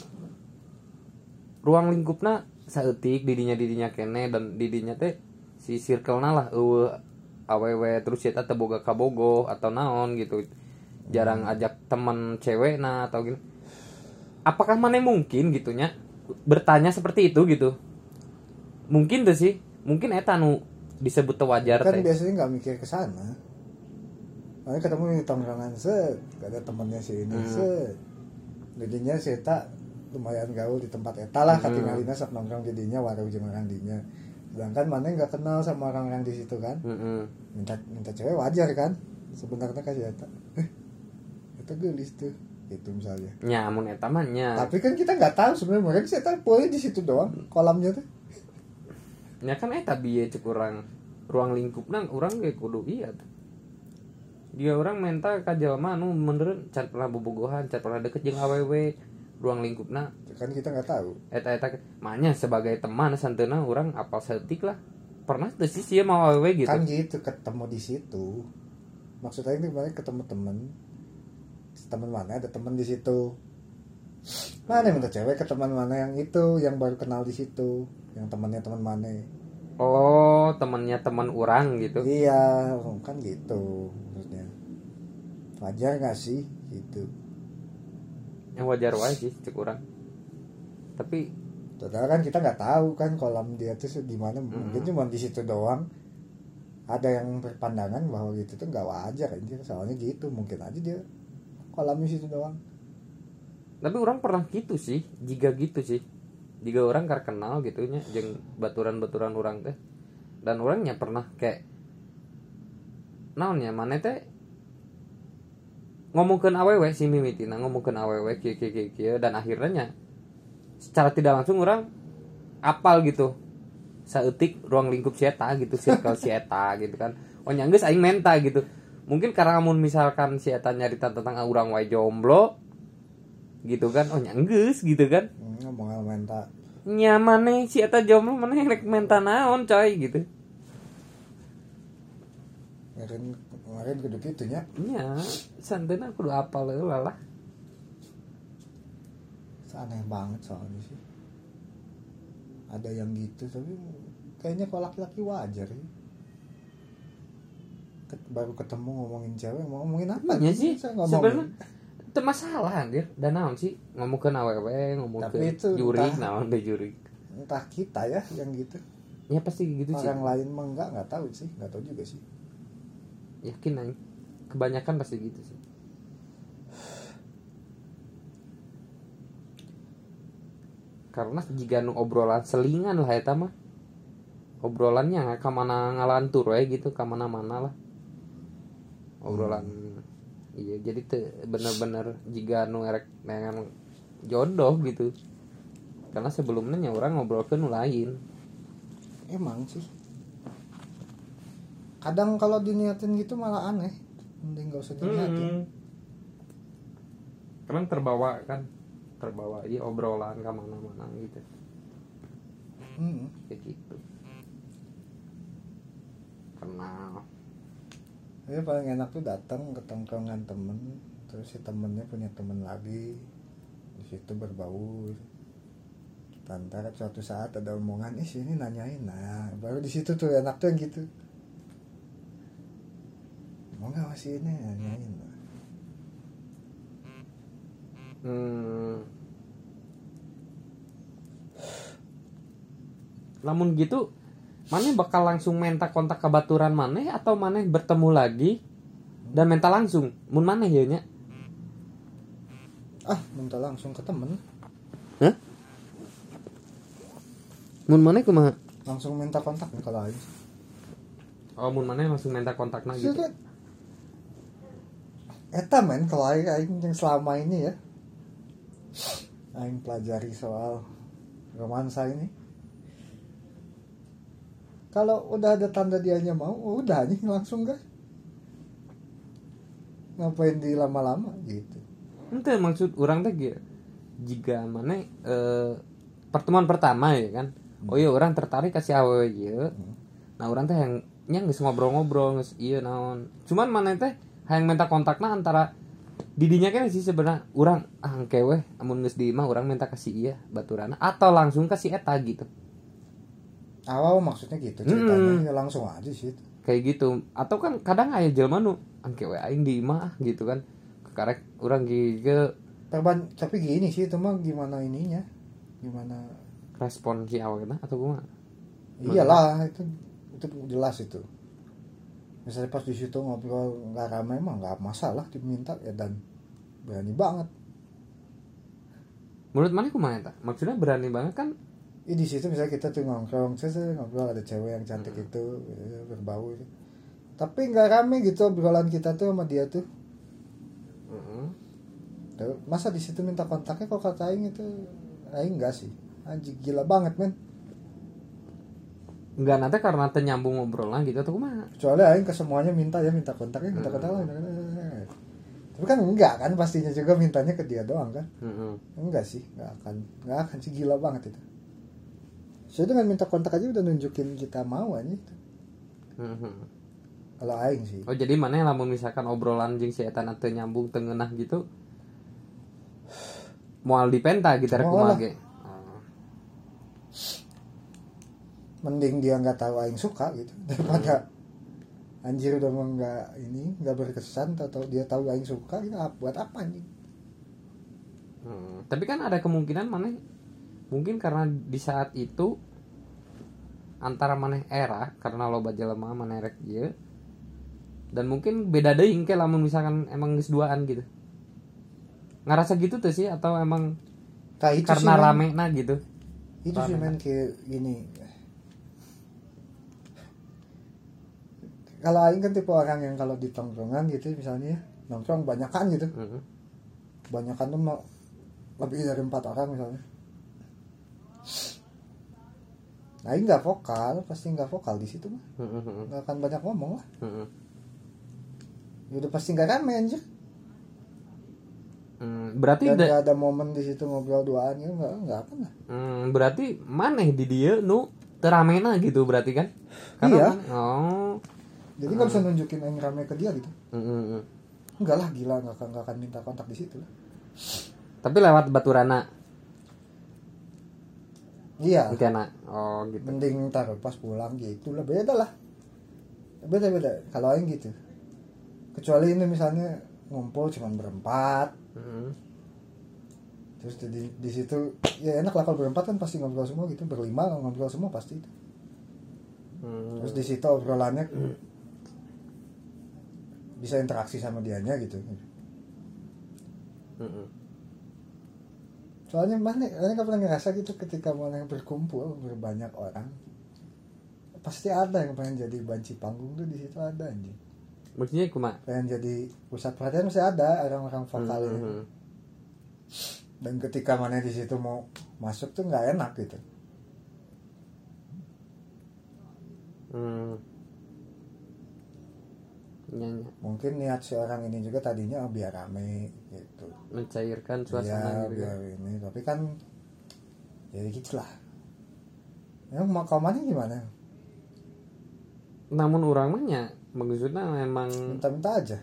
ruang lingkupna saeutik didinya didinya kene dan didinya teh si circle-na lah eueuh awewe terus eta teu boga kabogoh atau naon gitu. Jarang ajak teman cewek nah atau gini. Apakah mana mungkin gitunya bertanya seperti itu gitu? Mungkin tuh sih, mungkin eta nu disebut wajar Kan teh. biasanya nggak mikir ke sana. Makanya ketemu di tongkrongan set, ada temennya si ini Hmm. set. Jadinya si eta lumayan gaul di tempat eta lah, Hmm. katingalina sok nongkrong jadinya warung jeung orang dinya. Sedangkan mana nggak kenal sama orang-orang di situ kan. Heeh. Minta minta cewek wajar kan? Sebenarnya kasih eta. Eh, eta geulis tuh. Itu misalnya. Nya mun eta mah nya. Tapi kan kita nggak tahu sebenarnya mereka si eta poe di situ doang kolamnya tuh. Nya kan eta bieu cek urang ruang lingkupna urang ge kudu iya tuh. Dia orang minta ka jelema anu meureun can pernah bobogohan, can pernah deket jeung awewe ruang lingkupna. Kan kita nggak tahu. Eta eta mahnya sebagai teman santeuna urang apal saeutik lah. Pernah teu sih sia mau awewe gitu. Kan gitu ketemu di situ. Maksudnya ini kemarin ketemu temen, teman mana ada teman di situ. Mana yang minta cewek ke teman mana yang itu yang baru kenal di situ, yang temannya teman mana. Oh, temannya teman orang gitu. Iya, kan gitu maksudnya. Wajar nggak sih gitu? Yang wajar wae sih cek urang. Tapi Padahal kan kita nggak tahu kan kolam dia tuh gimana, mungkin Hmm. cuma di situ doang. Ada yang berpandangan bahwa gitu tuh nggak wajar aja, soalnya gitu mungkin aja dia kolamnya situ doang. tapi orang pernah gitu sih, jika gitu sih. Jika orang kar kenal gitu nya jeung baturan-baturan orang teh. Dan orangnya pernah kayak naonnya mana teh ngomongkeun awewe si mimitina ngomongkeun awewe kieu kieu kieu kieu dan akhirnya secara tidak langsung orang apal gitu. Saeutik ruang lingkup si eta gitu, circle si eta gitu kan. Oh nya geus aing menta gitu. Mungkin karena mun misalkan si eta nyarita tentang urang wae jomblo gitu kan. Oh nya geus gitu kan. Hmm, ngomong menta. Nya maneh si eta jomblo maneh rek menta naon coy gitu. Kemarin kemarin kudu gitu nya. Nya santeuna kudu apal heula lah. Aneh banget soalnya sih. Ada yang gitu tapi kayaknya kalau laki-laki wajar ya. Ket- baru ketemu ngomongin cewek mau ngomongin apa Nya sih Saya sebenarnya itu masalah anjir. Dan naon sih ngomongkeun awewe, Tapi ngomongkeun itu jurig entah- naon deh jurig. entah kita ya yang gitu. Ya pasti gitu sih. Orang lain mah enggak enggak tahu sih, enggak tahu juga sih. Yakin aing. Kebanyakan pasti gitu sih. Karena jika nu obrolan selingan lah eta mah. Obrolannya ka mana ngalantur we gitu, ka mana-mana lah. Obrolan iya jadi teu bener-bener jika nu erek nengan jodoh gitu. Karena sebelumnya nya orang ngobrolkeun nu lain. Emang sih. Kadang kalau diniatin gitu malah aneh. Mending gak usah diniatin. Hmm. Karena terbawa kan, terbawa iya obrolan ke mana-mana gitu. Hmm. Kayak gitu. Kenal. Jadi paling enak tuh datang ke tongkrongan temen, terus si temennya punya temen lagi, di situ berbaur. Antara suatu saat ada omongan, ih sini nanyain, nah baru di situ tuh enak tuh yang gitu. Mau nggak masih ini nanyain? Hmm. Namun gitu, maneh bakal langsung minta kontak ke baturan maneh atau maneh bertemu lagi dan minta langsung? Mun maneh ya nya? Ah, minta langsung ke temen. Hah? Mun maneh kumaha? Langsung minta kontak nih kalau aing. Oh, mun maneh langsung minta kontakna gitu. Sudah. Eta men kalau aing aing yang selama ini ya. Aing pelajari soal romansa ini. Kalau udah ada tanda dianya mau, udah nih langsung guys. Ngapain di lama-lama gitu. Ente maksud orang teh gitu. Jika maneh eh, pertemuan pertama ya kan. Oh iya orang tertarik kasih awewe ieu. Nah orang teh yang nya geus ngobrol-ngobrol geus ieu naon. Cuman maneh teh hayang minta kontakna antara didinya kan sih sebenarnya urang ah engke weh amun geus di imah urang minta kasih ieu baturana atau langsung kasih eta gitu. Awal maksudnya gitu ceritanya Hmm. ya langsung aja sih. Kayak gitu. Atau kan kadang aya jelema nu engke we aing di imah ah, gitu kan. Kekarek urang gieu Perban, tapi gini sih itu mah gimana ininya, gimana? respon si awena atau kumaha? Iyalah itu itu jelas itu. Misalnya pas di situ ngobrol nggak ramai mah nggak masalah diminta ya dan berani banget. Menurut mana kumaha eta? Maksudnya berani banget kan? Ih di situ misalnya kita tuh ngongkrong, terus ngobrol ada cewek yang cantik Hmm. itu ya, berbau itu. Tapi nggak rame gitu obrolan kita tuh sama dia tuh. Heeh. Tuh, masa di situ minta kontaknya kok kata Aing itu Aing enggak sih. Anjing gila banget men. Enggak nanti karena teu nyambung ngobrolna gitu atau kumaha? Kecuali Aing ke semuanya minta ya minta kontaknya minta kontak lah. Tapi kan enggak kan pastinya juga mintanya ke dia doang kan. Heeh. Enggak sih, enggak akan enggak akan sih gila banget itu. Saya dengan minta kontak aja udah nunjukin kita mau aja itu. Heeh. Kalau Aing sih. Oh jadi mana lamun misalkan obrolan jeung si eta teu nyambung teu ngeunah gitu moal dipenta gitu rek Moal kumaha lah. ge. Mending dia nggak tahu Aing suka gitu daripada anjir udah mau nggak ini nggak berkesan atau dia tahu Aing suka gitu ap- buat apa anjing. Hmm. Tapi kan ada kemungkinan maneh mungkin karena di saat itu antara maneh era karena loba jelema maneh rek ieu dan mungkin beda deui engke lamun misalkan emang geus duaan gitu. Ngarasa gitu tuh sih atau emang Nah, itu karena sih, men. ramena gitu. Itu sih men kayak gini. Kalau Aing kan tipe orang yang kalau di tongkrongan gitu misalnya nongkrong banyakan gitu. Heeh. Banyakan tuh mau lebih dari empat orang misalnya. Nah, Aing nggak vokal, pasti nggak vokal di situ mah. Heeh, heeh. Nggak akan banyak ngomong lah. Heeh. Ya udah pasti nggak rame anjir. Hmm, berarti Dan da- nggak ada momen di situ ngobrol duaan gitu nggak nggak akan lah. hmm, berarti maneh di dieu nu teu ramena gitu berarti kan? Karena Iya. maneh- oh. Jadi nggak bisa nunjukin Aing rame ke dia gitu. Heeh, heeh. Enggak lah gila nggak akan nggak akan minta kontak di situ lah. Tapi lewat baturana Iya. engkena. Oh gitu. Mending taruh pas pulang gitu lah beda lah. Beda beda kalau Aing gitu. Kecuali ini misalnya ngumpul cuman berempat. Heeh. Terus di, di situ ya enak lah kalau berempat kan pasti ngobrol semua gitu, berlima ngobrol semua pasti itu. Hmm. Terus di situ obrolannya bisa interaksi sama dianya gitu. Heeh. Soalnya mana, mana nggak pernah ngerasa gitu ketika mana yang berkumpul berbanyak orang, pasti ada yang pengen jadi banci panggung tuh di situ ada anjing. Maksudnya kumaha? Pengen jadi pusat perhatian masih ada orang-orang vokal ini. Heeh. Dan ketika mana di situ mau masuk tuh nggak enak gitu. Hmm. Nyanyi Mungkin niat si orang ini juga tadinya oh, biar rame gitu. mencairkan Iya suasana gitu. biar ini, tapi kan jadi gitulah. Yang mau kau mana gimana? Namun orang mah nya maksudnya memang minta-minta aja.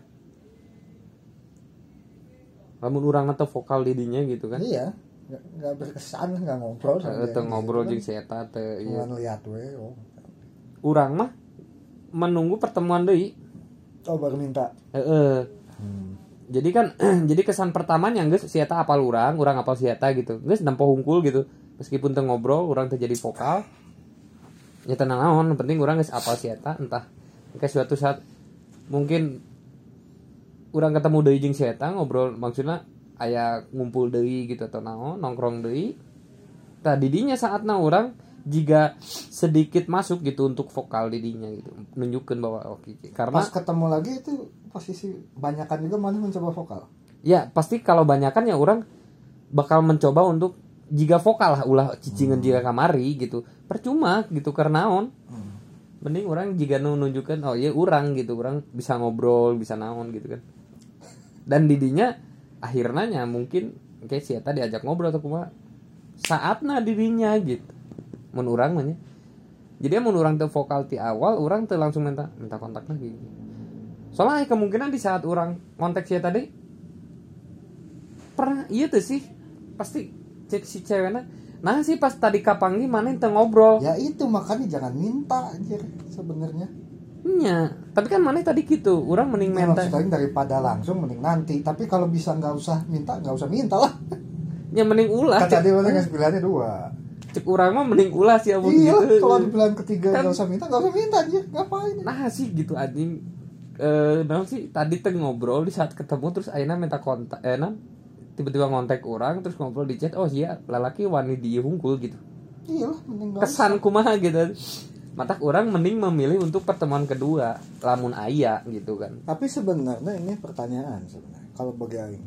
lamun urang teh vokal di dinya gitu kan. Iya, nggak nggak berkesan, nggak ngobrol sama Heeh, teu ngobrol gitu jeung si eta teu kan. ieu. Cuman lihat we, oh. Urang mah menunggu pertemuan deui. Oh baru minta. Heeh. Hmm. Jadi kan jadi kesan pertamanya geus si eta apal urang, urang apal si eta gitu. Geus nempo hungkul gitu. Meskipun teu ngobrol, urang teu jadi vokal. Ya tenang naon, penting urang geus apal si eta, entah ke suatu saat mungkin urang ketemu deui jeung si eta ngobrol maksudna aya ngumpul deui gitu atau naon, nongkrong deui. Tah didinya saatna urang jika sedikit masuk gitu untuk vokal didinya gitu. Nunjukkeun bahwa oke okay, karena pas ketemu lagi itu posisi banyakan juga mana mencoba vokal. Ya pasti kalau banyakan ya orang bakal mencoba untuk jika vokal lah ulah cicingan hmm. jika kamari gitu percuma gitu karena naon hmm. mending orang jika nunjukkan oh iya orang gitu orang bisa ngobrol bisa naon gitu kan dan didinya akhirnya mungkin kayak si eta diajak ngobrol atau kumaha saatna dirinya gitu mun urang mah nya jadi mun urang teu vokal ti awal orang teu langsung minta minta kontaknya gitu soalnya kemungkinan di saat orang kontak si eta tadi pernah iya tuh sih pasti cek si ceweknya nah sih pas tadi kapangi mana yang ngobrol ya itu makanya jangan minta anjir sebenarnya nya tapi kan mana tadi gitu orang mending ya, minta maksudnya daripada langsung mending nanti tapi kalau bisa nggak usah minta nggak usah minta lah ya mending ulah kan tadi orang ngasih pilihannya dua cek orang mah mending ulah sih abun iya gitu kalau di pilihan ketiga nggak kan, usah minta nggak usah minta aja ngapain nah sih gitu anjing eh nah sih tadi teh ngobrol di saat ketemu terus ayeuna minta kontak eh nah tiba-tiba ngontek orang terus ngobrol di chat oh iya lalaki wani di hungkul gitu iya lah mending kesan kumaha gitu matak orang mending memilih untuk pertemuan kedua lamun aya gitu kan tapi sebenarnya ini pertanyaan sebenarnya kalau bagi aing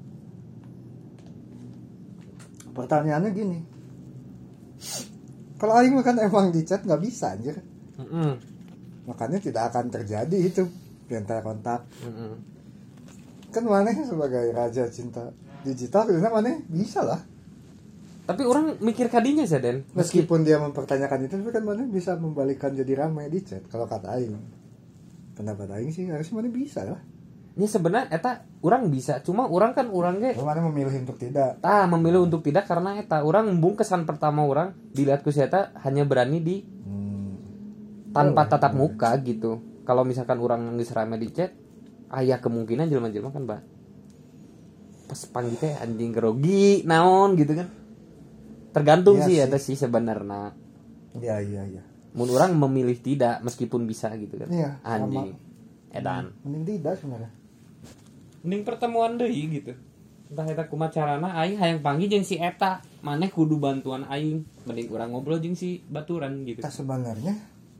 pertanyaannya gini kalau aing kan emang di chat nggak bisa anjir mm-hmm. makanya tidak akan terjadi itu perintah kontak mm-hmm. kan mana sebagai raja cinta digital biasanya mana bisa lah tapi orang mikir kadinya sih Den meskipun dia mempertanyakan itu tapi kan mana bisa membalikkan jadi ramai di chat kalau kata aing pendapat aing sih harusnya mana bisa lah ini sebenarnya eta orang bisa cuma orang kan orang ge mana memilih untuk tidak ah memilih untuk tidak karena eta orang embung kesan pertama orang dilihat ku si eta hanya berani di hmm. tanpa tatap oh, muka hmm. gitu kalau misalkan orang geus rame di chat aya kemungkinan jelema-jelema kan Mbak pas panggil teh anjing grogi naon gitu kan tergantung iya sih ya sih sebenarnya iya iya iya mun orang memilih tidak meskipun bisa gitu kan iya, anjing sama. edan mending tidak sebenarnya mending pertemuan deui gitu entah eta kumaha carana aing hayang panggil jeung si eta maneh kudu bantuan aing mending urang ngobrol jeung si baturan gitu nah, sebenarnya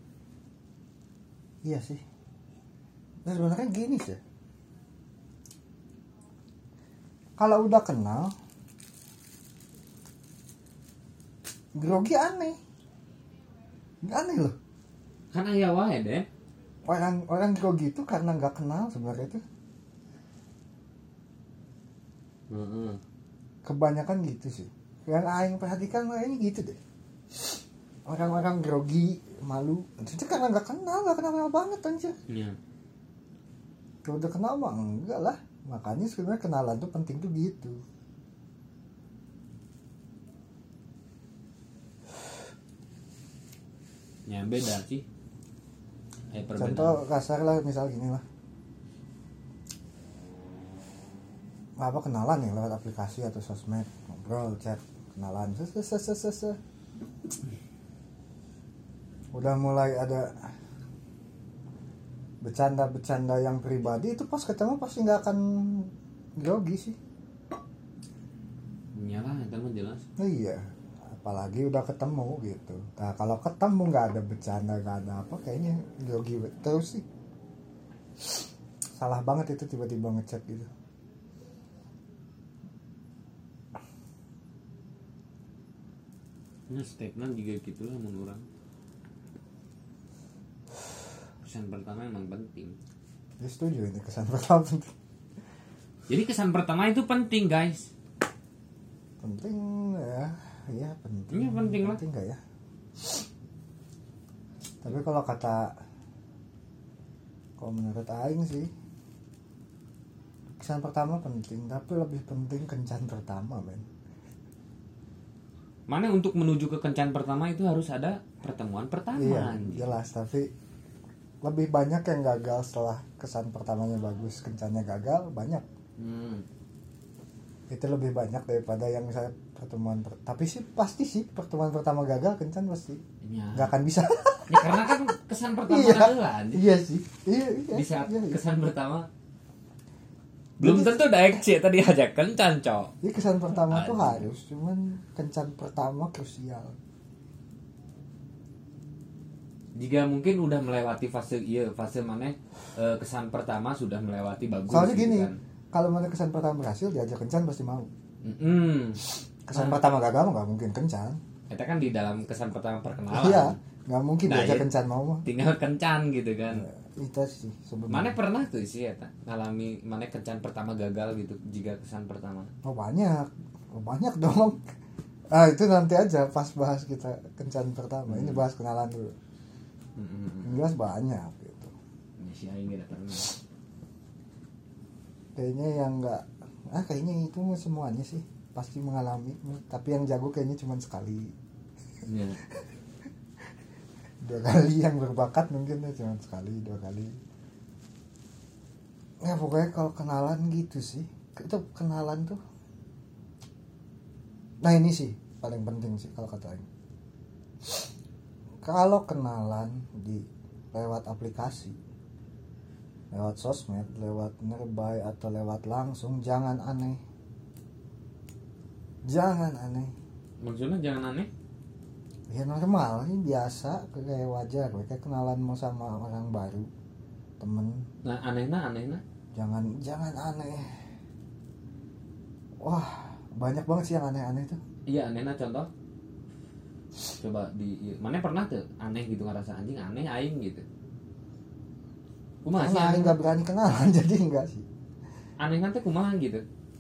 iya sih nah sebenarnya gini sih kalau udah kenal grogi aneh aneh loh kan aya wae deh orang orang grogi itu karena nggak kenal sebenarnya itu mm-hmm. kebanyakan gitu sih yang aing perhatikan kayaknya gitu deh orang-orang grogi malu itu karena nggak kenal nggak kenal banget anjir yeah. Kalau udah kenal mah enggak lah makanya sebenarnya kenalan tuh penting tuh gitu ya beda sih contoh kasar lah misal gini lah apa kenalan nih lewat aplikasi atau sosmed ngobrol chat kenalan ses ses ses ses udah mulai ada bercanda-bercanda yang pribadi itu pas ketemu pasti nggak akan grogi sih. Iyalah, itu mah jelas. Iya, apalagi udah ketemu gitu. Nah kalau ketemu nggak ada bercanda nggak ada apa kayaknya grogi terus sih. Salah banget itu tiba-tiba ngechat gitu. Nah stepnya juga gitu lah menurut orang. Kesan pertama emang penting. Ya setuju ini kesan pertama penting. Jadi kesan pertama itu penting guys. Penting ya, iya penting. Iya penting lah. Penting nggak ya? Tapi kalau kata Kalau menurut aing sih kesan pertama penting, tapi lebih penting kencan pertama, men. Mana untuk menuju ke kencan pertama itu harus ada pertemuan pertama. Iya, anjing. jelas, tapi lebih banyak yang gagal setelah kesan pertamanya bagus, kencannya gagal, banyak. Hmm. Itu lebih banyak daripada yang misalnya pertemuan per- tapi sih pasti sih pertemuan pertama gagal, kencan pasti Ya. nggak akan bisa. Ya karena kan kesan pertama Iya. adalah anjing. Iya sih, iya, iya, Di saat iya, iya. kesan pertama belum tentu daek sih tadi ajak kencan, cok. Jadi kesan pertama tuh Anjing. harus, cuman kencan pertama krusial. Jika mungkin udah melewati fase iya fase mana eh, kesan pertama sudah melewati bagus. Soalnya gitu gini, kan. kalau mana kesan pertama berhasil diajak kencan pasti mau. Mm-mm. Kesan Nah, pertama gagal nggak mungkin kencan. kita kan di dalam kesan pertama perkenalan. Iya, nggak mungkin Nah, diajak iya. kencan mau mah. Tinggal kencan gitu kan. Ya, itu sih sebenarnya. Mana pernah tuh sih ya ngalami mana kencan pertama gagal gitu jika kesan pertama. Oh banyak, oh, banyak dong. Ah itu nanti aja pas bahas kita kencan pertama. Ini Hmm. bahas kenalan dulu. Mm-mm. Yang jelas banyak gitu. Ya, si aing tidak pernah. Kayaknya yang nggak, ah kayaknya itu mah semuanya sih pasti mengalami. Tapi yang jago kayaknya cuma sekali, Ya. dua kali. Yang berbakat mungkin ya cuma sekali, dua kali. Ya pokoknya kalau kenalan gitu sih, itu kenalan tuh. Nah ini sih paling penting sih kalau kata Aing. Kalau kenalan di lewat aplikasi, lewat sosmed, lewat nearby atau lewat langsung, jangan aneh. Jangan aneh. Maksudnya jangan aneh. Ya normal, ini biasa, kayak wajar, kayak kenalan mau sama orang baru, temen. Nah, anehna anehna. Jangan jangan aneh. Wah, banyak banget sih yang aneh-aneh tuh. Iya, anehna contoh. Coba di iya. Mana pernah tuh aneh gitu ngerasa anjing aneh aing gitu. Kumaha sih? Karena Aneh nggak berani kenalan jadi enggak sih. aneh nanti kumaha gitu.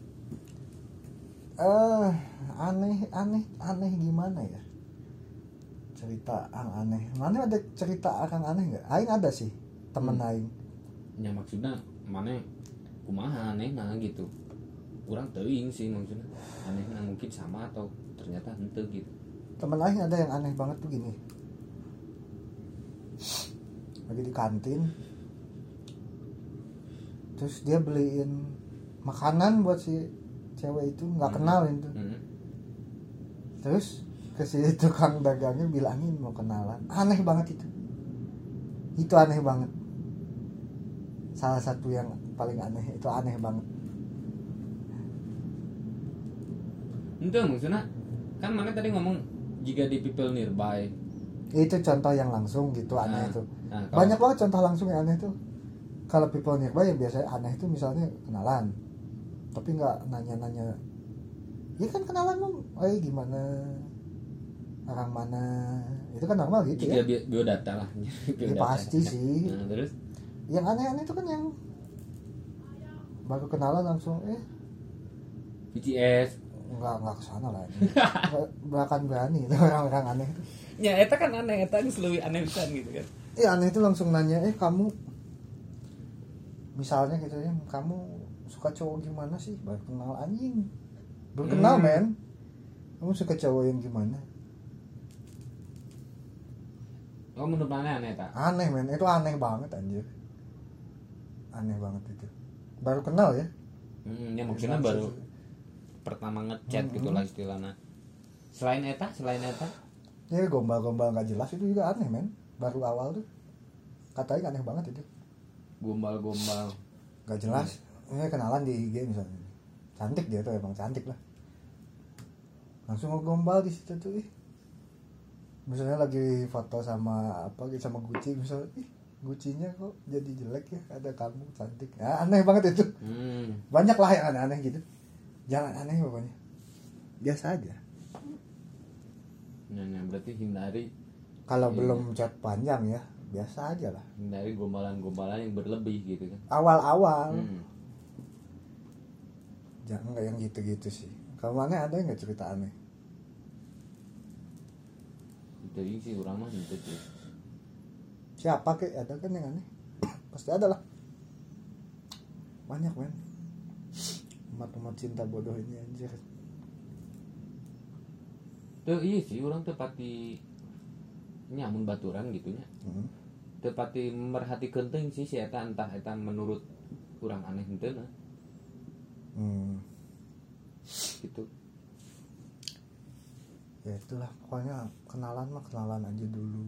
Eh, aneh aneh aneh gimana ya? Cerita yang aneh. Mana ada cerita akan aneh nggak? Aing ada sih, temen Hmm. Aing. Ya maksudnya mana kumaha anehna gitu. Kurang teuing sih maksudnya. Anehna mungkin sama atau ternyata henteu gitu. Temen Aing ada yang aneh banget tuh gini. Lagi di kantin, terus dia beliin makanan buat si cewek itu, nggak Hmm. kenal itu. Hmm. Terus ke si tukang dagangnya bilangin mau kenalan. Aneh banget itu. Itu aneh banget. Salah satu yang paling aneh, itu aneh banget. Itu maksudnya kan mana tadi ngomong jika di people nearby. Itu contoh yang langsung gitu, aneh Nah, itu. nah, kalau- Banyak banget contoh langsung yang aneh tuh. Kalau people nearby yang biasanya aneh itu misalnya kenalan, tapi nggak nanya-nanya. Ya kan kenalan dong, eh gimana, orang mana, itu kan normal gitu jika ya. bi- biodata lah. Ya Biodata. pasti sih. Nah, terus Yang aneh-aneh itu kan yang baru kenalan langsung eh B T S. nggak nggak kesana lah ini. Nggak bahkan berani itu orang-orang aneh itu. Ya eta kan aneh, eta geus leuwih aneh pisan gitu kan. Eh aneh itu langsung nanya, eh kamu misalnya gitu ya, kamu suka cowok gimana sih? Baru kenal anjing, baru kenal Hmm. men. Kamu suka cowok yang gimana? Oh menurut mana aneh tak? Aneh men, itu aneh banget anjir. Aneh banget itu. Baru kenal ya. Hmm, ya maksudnya Jelas baru sih. pertama ngechat Hmm. gitu lah istilahnya. Selain eta, selain eta, Ya gombal-gombal nggak jelas itu juga aneh men. Baru awal tuh katanya aneh banget itu. gombal-gombal. Nggak jelas. Ini kenalan di I G misalnya. Cantik dia tuh, emang cantik lah. Langsung ngegombal di situ tuh ih. Misalnya lagi foto sama apa gitu sama Gucci misalnya, ih Gucci-nya kok jadi jelek ya, ada kamu cantik. Ya, aneh banget itu. Hmm. Banyak lah yang aneh-aneh gitu. Jangan aneh pokoknya. Biasa aja. Nah, nah, berarti hindari Kalau Iya. belum chat panjang ya, biasa aja lah. hindari gombalan-gombalan yang berlebih gitu kan. Awal-awal. Hmm. Jangan nggak yang gitu-gitu sih. Kalau aneh ada nggak cerita aneh? Jadi sih orang mah gitu tuh. Siapa kek ada kan yang aneh? pasti ada lah. Banyak men umat-umat cinta bodoh ini anjir. Tuh iya sih orang tepati nyamun baturan gitunya. Hmm. Tepati merhatikan teuing sih si eta entah eta menurut kurang aneh henteu nah. Hmm. Gitu. Ya itulah pokoknya kenalan mah kenalan aja dulu.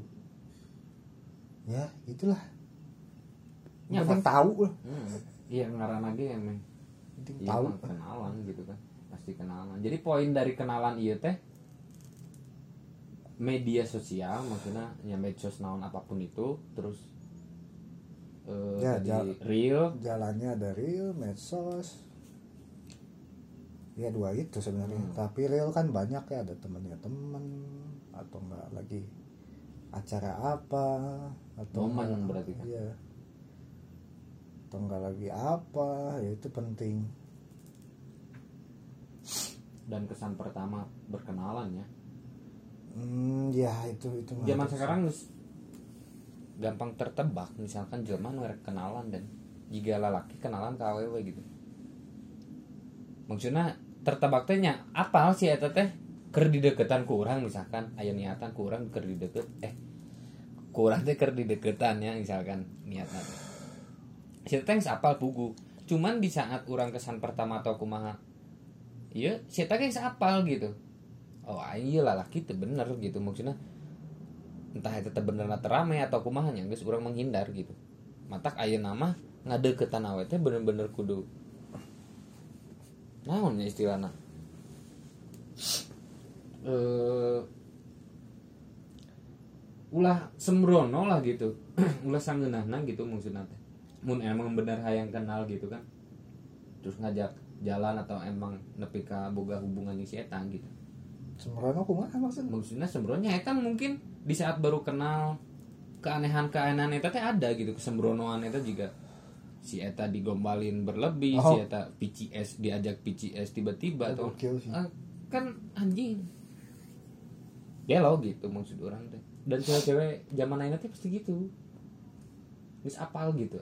Ya itulah. Ya, Yang penting pasti- tahu lah. Hmm. Iya ngaran lagi emang. Penting Iya tahu. mah kenalan gitu kan. Pasti kenalan. Jadi poin dari kenalan ieu teh media sosial maksudnya ya medsos naon apapun itu terus eh, Ya, tadi jal- real Jalannya ada real, medsos. Ya dua itu sebenarnya. Hmm. Tapi real kan banyak ya, ada temennya temen atau enggak lagi acara apa atau Momen enggak- berarti kan? Iya. Atau enggak lagi apa, ya itu penting. dan kesan pertama berkenalan ya. Hmm, ya itu itu mah Zaman harus. sekarang geus gampang tertebak misalkan jelema nu rek kenalan dan jika lalaki kenalan ka awewe gitu. Maksudnya tertebak teh nya apal sih eta teh keur dideketan ku urang misalkan aya niatan ku urang keur dideket eh ku urang teh keur dideketan ya misalkan niatna. Si teh geus apal pugu. Cuman di saat urang kesan pertama atau kumaha ieu si teh geus apal gitu. Oh iya lalaki teh bener gitu maksudnya entah itu teh benerna terame atau kumaha nya geus urang menghindar gitu. Matak ayeuna mah ngadeukeutan awe teh bener-bener kudu naon ya istilahna eh ulah sembrono lah gitu ulah sangeunahna gitu maksudna teh mun emang bener hayang kenal gitu kan terus ngajak jalan atau emang nepi ka boga hubungan jeung si eta gitu. Sembrono kumaha maksudnya? Maksudnya sembrononya eta mungkin di saat baru kenal keanehan-keanehan eta teh ada gitu kesembronoan eta juga si eta digombalin berlebih, Oh. si eta P C S diajak P C S tiba-tiba Oh, atau gokil sih. Ah, kan anjing. Gelo gitu maksud orang teh. Dan cewek-cewek zaman ayeuna teh pasti gitu. Geus apal gitu.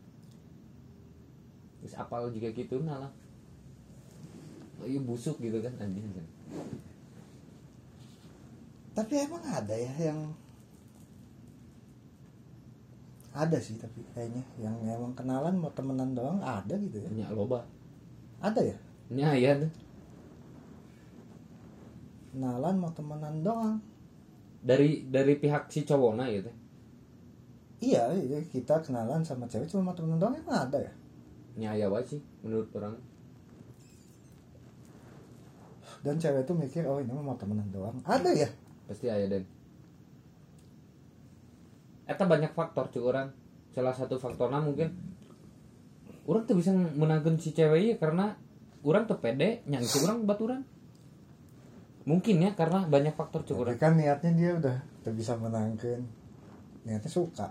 Geus apal juga gitu nah lah. Oh, iya busuk gitu kan anjing. Tapi emang ada ya yang ada sih tapi kayaknya yang emang kenalan mau temenan doang ada gitu ya. Nya loba. Ada ya? Nya aya tuh. Kenalan mau temenan doang. Dari dari pihak si cowokna gitu. Iya, iya, kita kenalan sama cewek cuma mau temenan doang emang ada ya? Nya aya wae sih menurut orang. Dan cewek tuh mikir oh ini mah mau temenan doang. Ada ya? Pasti aya dan eta banyak faktor cuy orang. Salah satu faktornya mungkin orang tuh bisa menangkan si cewek ya karena orang tuh pede nyangsi orang baturan. Mungkin ya karena banyak faktor cuy Tapi orang. kan niatnya dia udah udah bisa menangkan. Niatnya suka.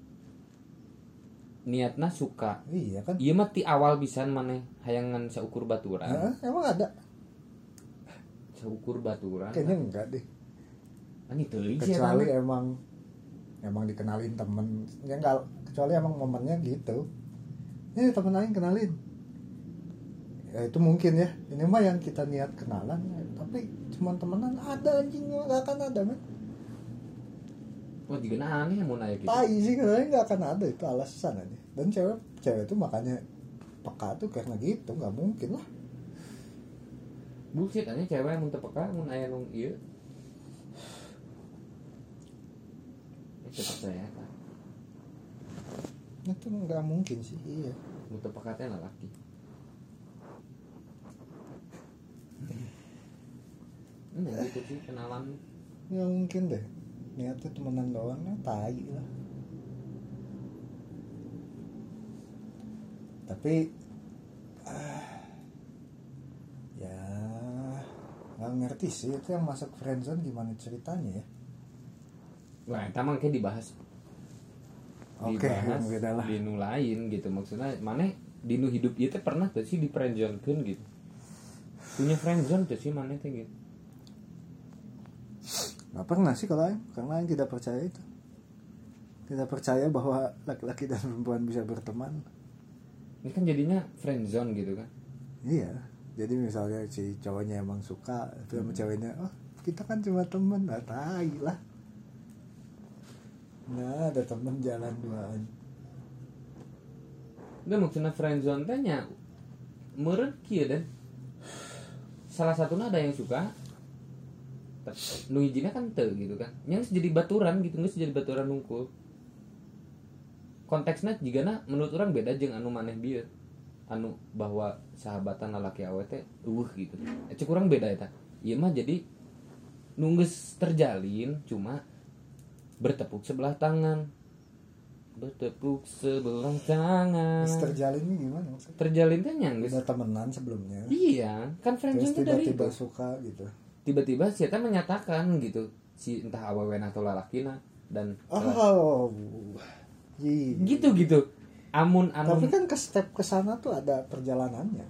Niatna suka. Iya kan? Iya mah ti awal pisan maneh hayangan seukur baturan. Heeh, emang ada. Seukur baturan. Kayaknya enggak deh. Ani teuing sih Kecuali eta. emang emang dikenalin temen. Ya enggak, kecuali emang momennya gitu. Ya temen lain kenalin. Ya itu mungkin ya. Ini mah yang kita niat kenalan, tapi cuman temenan ada anjing enggak akan ada men. Wah juga aneh mun aya gitu. Tai sih kenalan enggak akan ada itu alasan aja. Dan cewek cewek itu makanya peka tuh karena gitu, enggak mungkin lah. Bullshit aja cewek mun teu peka mun aya nu ieu. Cepat saya kan. Itu enggak mungkin sih, iya. Mun teu peka teh lalaki. Nah gitu sih kenalan. Enggak mungkin deh. Niatnya temenan doang, ya tai lah. Tapi ah, ya nggak ngerti sih itu yang masuk friendzone gimana ceritanya ya. Lah eta mah kayak dibahas. Oke, Dibahas beda lah. di nu lain gitu maksudnya maneh di nu hidup ieu teh pernah teu sih di friendzone-keun gitu. Punya friendzone teu sih maneh teh gitu. Nggak pernah sih kalau Aing, karena Aing tidak percaya itu. Kita percaya bahwa laki-laki dan perempuan bisa berteman. Ini kan jadinya friend zone gitu kan. Iya. Jadi misalnya si cowoknya emang suka itu sama ceweknya, oh kita kan cuma temen, nah tai lah. Nah ada temen jalan duaan. Udah maksudnya friend zone tanya meureun kieu dan salah satunya ada yang suka nu hijina kan teu gitu kan. Yang jadi baturan gitu, geus jadi baturan nungkul. Konteksnya jigana menurut orang beda jeung anu maneh bieu. Anu bahwa sahabatan lalaki awet teh eueuh gitu. Eh cek urang beda eta. Ieu mah jadi nu geus terjalin cuma bertepuk sebelah tangan. Bertepuk sebelah tangan. Terus terjalin ini gimana maksudnya? Terjalin teh nya geus Udah temenan sebelumnya. iya, kan friendzone dari itu. Tiba-tiba suka gitu. Tiba-tiba si eta menyatakan gitu si entah awewena atau lalakina dan Oh. Iya. gitu-gitu. Amun amun Tapi kan ke step ke sana tuh ada perjalanannya.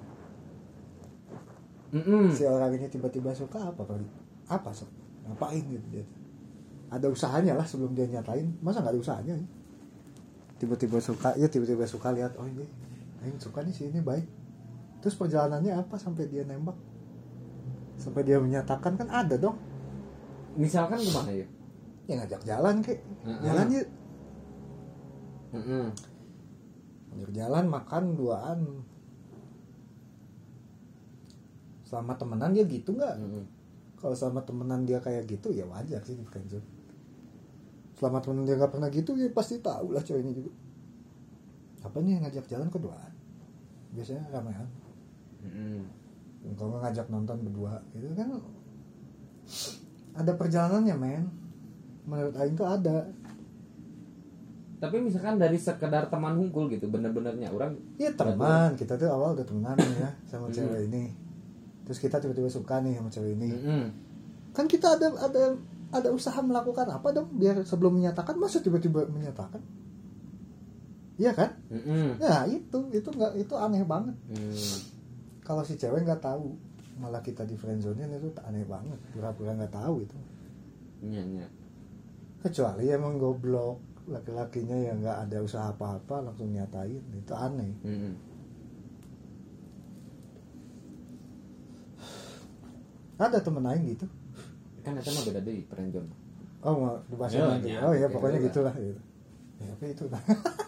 Mm-mm. Si orang ini tiba-tiba suka apa kali? Apa sok? Ngapain gitu dia? Ada usahanya lah sebelum dia nyatain. Masa nggak ada usahanya? Ya? Tiba-tiba suka, ya tiba-tiba suka lihat oh ini, ini suka nih si ini baik. Terus perjalanannya apa sampai dia nembak? Sampai dia menyatakan kan ada dong. Misalkan gimana ya? Ya ngajak jalan kek. Uh-uh. Jalan yuk. Mm-mm. Ngajak jalan makan duaan. Selama temenan dia gitu nggak? Mm-mm. Kalau selama temenan dia kayak gitu ya wajar sih di friendzone. Selama temenan dia nggak pernah gitu ya pasti tahu lah cowok ini juga. Apa nih ngajak jalan keduaan? Biasanya ramean. Mm-mm. Kalau ngajak nonton berdua itu kan ada perjalanannya men. Menurut Aing tuh ada. Tapi misalkan dari sekedar teman hungkul gitu, bener-benernya orang Iya teman, kita tuh awal udah temenan nih ya sama Mm-mm. cewek ini. Terus kita tiba-tiba suka nih sama cewek ini. Mm-mm. Kan kita ada ada ada usaha melakukan apa dong biar sebelum menyatakan, masa tiba-tiba menyatakan? Iya kan? Mm-mm. Nah itu itu nggak itu aneh banget. Mm. Kalau si cewek nggak tahu malah kita di friendzone itu aneh banget. Pura-pura nggak tahu itu. Iya, iya. Kecuali emang goblok laki-lakinya yang nggak ada usaha apa-apa langsung nyatain, itu aneh. Mm-mm. Ada temen Aing gitu. Kan itu mah beda deh friendzone. Oh mau dibahas Ya, nanti. ya, Oh ya oke, pokoknya udah. gitulah gitu. Ya tapi itu lah.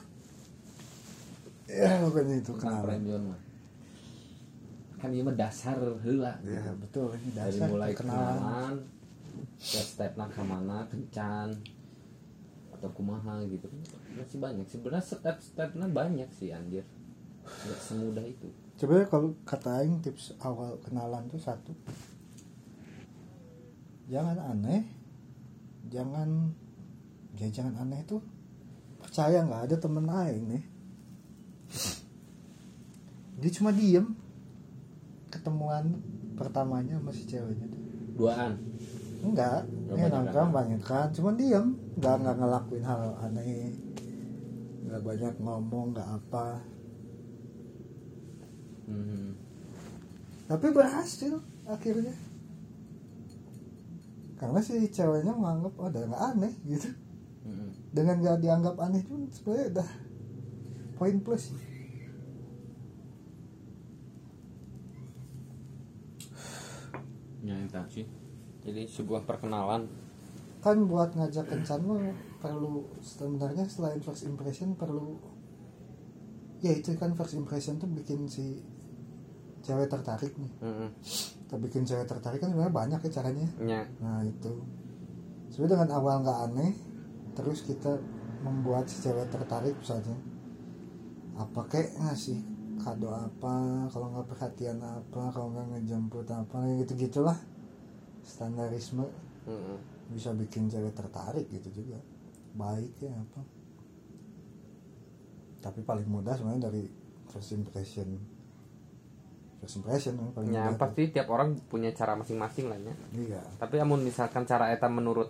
Ya pokoknya itu Tentang kenalan. friendzone mah. Kan ieu mah dasar heula. Ya gitu. betul ini Dari dasar mulai kenalan. kenalan ke step nak kemana kencan atau kumaha gitu masih banyak sebenarnya step-stepnya banyak sih anjir, nggak semudah itu. Coba kalau kata Aing tips awal kenalan tuh satu, jangan aneh, jangan ya jangan aneh tuh percaya nggak ada temen Aing nih, dia cuma diem ketemuan pertamanya sama si ceweknya tuh. Duaan Enggak, Nggak ya banyak nongkrong kan? banyak kan, cuma diem, nggak nggak ngelakuin hal aneh, nggak banyak ngomong, nggak apa, hmm. tapi berhasil akhirnya, karena si ceweknya menganggap oh udah nggak aneh gitu, Hmm. dengan nggak dianggap aneh pun sebenarnya udah poin plus. Ya itu sih, jadi sebuah perkenalan. Kan buat ngajak kencan mah perlu sebenarnya selain first impression perlu, ya itu kan first impression tuh bikin si cewek tertarik nih. Hmm. Kita bikin cewek tertarik kan sebenarnya banyak ya caranya. Ya. Nah itu sebenarnya dengan awal nggak aneh, terus kita membuat si cewek tertarik misalnya apa kayak ngasih kado apa, kalau nggak perhatian apa, kalau nggak ngejemput apa, gitu gitulah standarisme. Hmm. Bisa bikin cewek tertarik gitu juga, baik ya apa. Tapi paling mudah sebenarnya dari first impression. First impression yang paling Ya mudah. pasti tiap orang punya cara masing-masing lah ya. Iya. Tapi amun misalkan cara eta menurut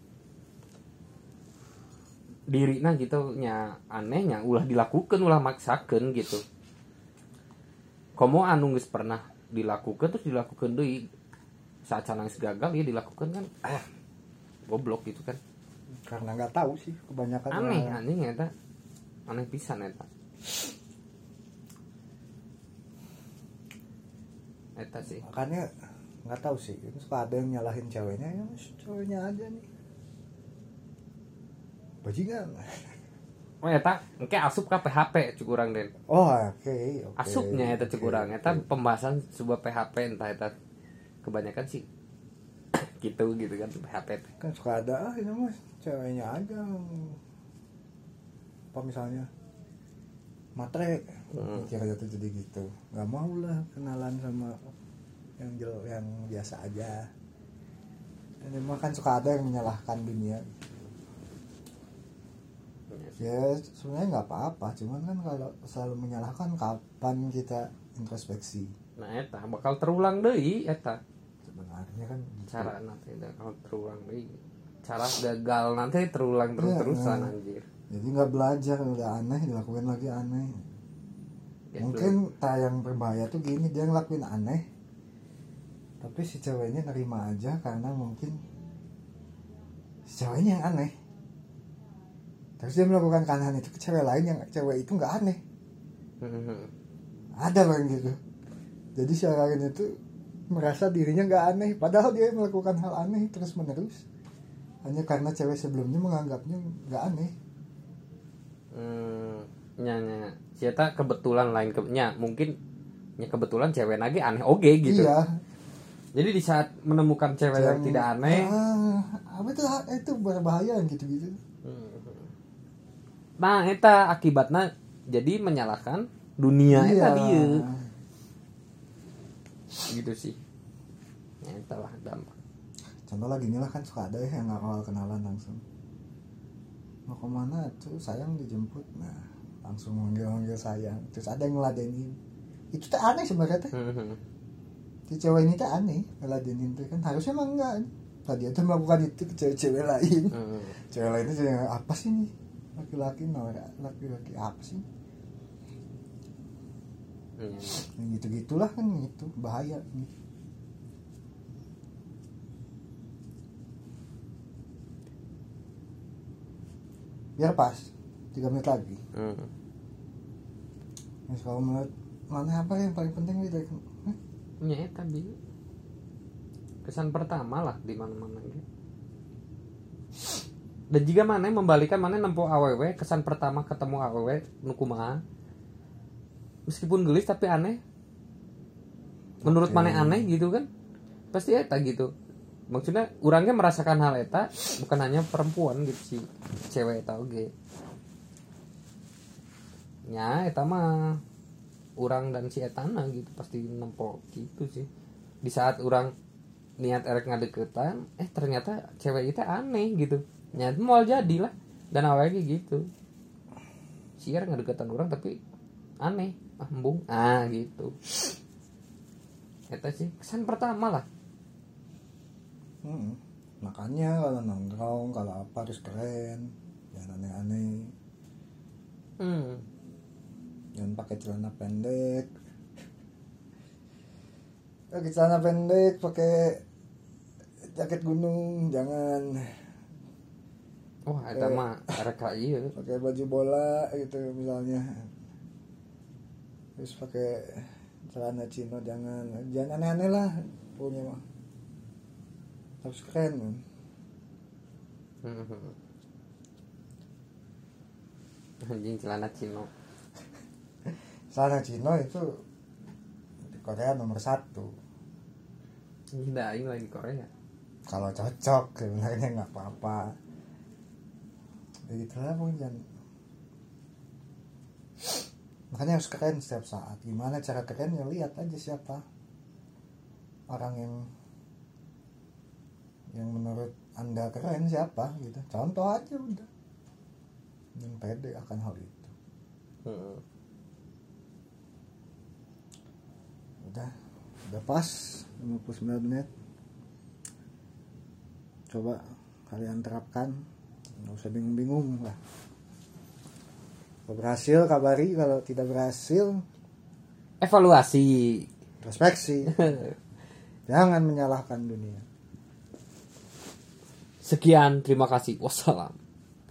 dirina gitu nya anehnya ulah dilakukan ulah maksakan gitu. Komo anu geus pernah dilakukan terus dilakukan deui saat canang gagal ya dilakukan kan ah goblok gitu kan. karena nggak tahu sih kebanyakan aneh orang. anjing eta aneh pisan eta eta sih Makanya nggak tahu sih, itu suka ada yang nyalahin ceweknya, ya mas ceweknya aja nih bajingan. oh eta engke asup ka P H P cuk urang den Oh oke okay, okay, asupnya eta cuk urang eta okay. pembahasan sebuah P H P entah eta kebanyakan sih gitu gitu kan P H P teh. Kan suka ada ah ini mas ceweknya aja apa misalnya matre Hmm. kira tuh jadi gitu, nggak mau lah kenalan sama yang jel yang biasa aja. Ini mah kan suka ada yang menyalahkan dunia. Ya sebenarnya nggak apa-apa, cuman kan kalau selalu menyalahkan kapan kita introspeksi. Nah eta bakal terulang deui eta Sebenarnya kan gitu. cara nanti bakal terulang deui cara gagal nanti terulang terus-terusan Ya, anjir. Jadi nggak belajar, udah aneh dilakuin lagi aneh. Ya, Mungkin tak yang berbahaya tuh gini, dia ngelakuin aneh tapi si ceweknya nerima aja karena mungkin si ceweknya yang aneh. Terus dia melakukan keanehan itu ke cewek lain yang cewek itu nggak aneh. Hmm. Ada loh yang gitu. Jadi si orang lain itu merasa dirinya nggak aneh, padahal dia melakukan hal aneh terus menerus hanya karena cewek sebelumnya menganggapnya nggak aneh. Hmm, nya nya sieta kebetulan lain ke nya mungkin nya kebetulan cewek lagi aneh oge gitu. Iya. Jadi di saat menemukan cewek yang, yang tidak aneh, ah, apa itu itu berbahaya yang gitu-gitu. Nah, eta akibatnya jadi menyalahkan dunia iya. eta dia. Gitu sih. Ya, eta lah dampak. Contoh lagi inilah kan suka ada ya yang awal kenalan langsung. Mau kemana tuh sayang dijemput, nah langsung manggil-manggil sayang. Terus ada yang ngeladenin. Itu tuh aneh sebenarnya teh. Si cewek ini tuh aneh ngeladenin tuh kan harusnya mah enggak. Tadi dia tuh melakukan itu ke cewek-cewek lain. Hmm. Cewek lain itu apa sih nih? Laki-laki norak, laki-laki apa sih? Hmm. Yang gitu-gitulah kan itu bahaya nih. Biar pas tiga menit lagi. Hmm. Mas kalau menurut mana apa yang paling penting gitu? Ya tadi kesan pertama lah di mana-mana gitu. Dan jika mana membalikan mana nempuh awewe kesan pertama ketemu awewe nu kumaha meskipun gelis tapi aneh menurut okay. Mana aneh gitu kan pasti eta gitu maksudnya orangnya merasakan hal eta bukan hanya perempuan gitu si cewek eta oge nya eta mah orang dan si etana gitu pasti nempel gitu sih di saat orang niat erek ngadeketan eh ternyata cewek itu aneh gitu nyat mau jadi lah dan awalnya gitu si erek ngadeketan orang tapi aneh ah embung ah gitu eta sih kesan pertama lah hmm, makanya kalau nongkrong kalau apa harus keren jangan aneh-aneh hmm. Jangan pakai celana pendek. Pakai celana pendek, pakai jaket gunung, jangan. Wah, oh, itu mah R K I ya. Pakai baju bola gitu misalnya. Terus pakai celana chino jangan. Jangan aneh-aneh lah punya mah. Harus keren kan. Anjing celana chino. Celana Cino itu di Korea nomor satu. Tidak, ini lagi Korea. Kalau cocok sebenarnya nggak apa-apa. Begitulah mungkin. Makanya harus keren setiap saat. Gimana cara keren ya lihat aja siapa orang yang yang menurut anda keren siapa gitu. Contoh aja udah. Dan pede akan hal itu. Hmm. Udah, udah pas lima puluh sembilan menit. Coba kalian terapkan, nggak usah bingung-bingung lah. Kalau berhasil kabari, kalau tidak berhasil evaluasi, introspeksi. Jangan menyalahkan dunia. Sekian, terima kasih. Wassalam.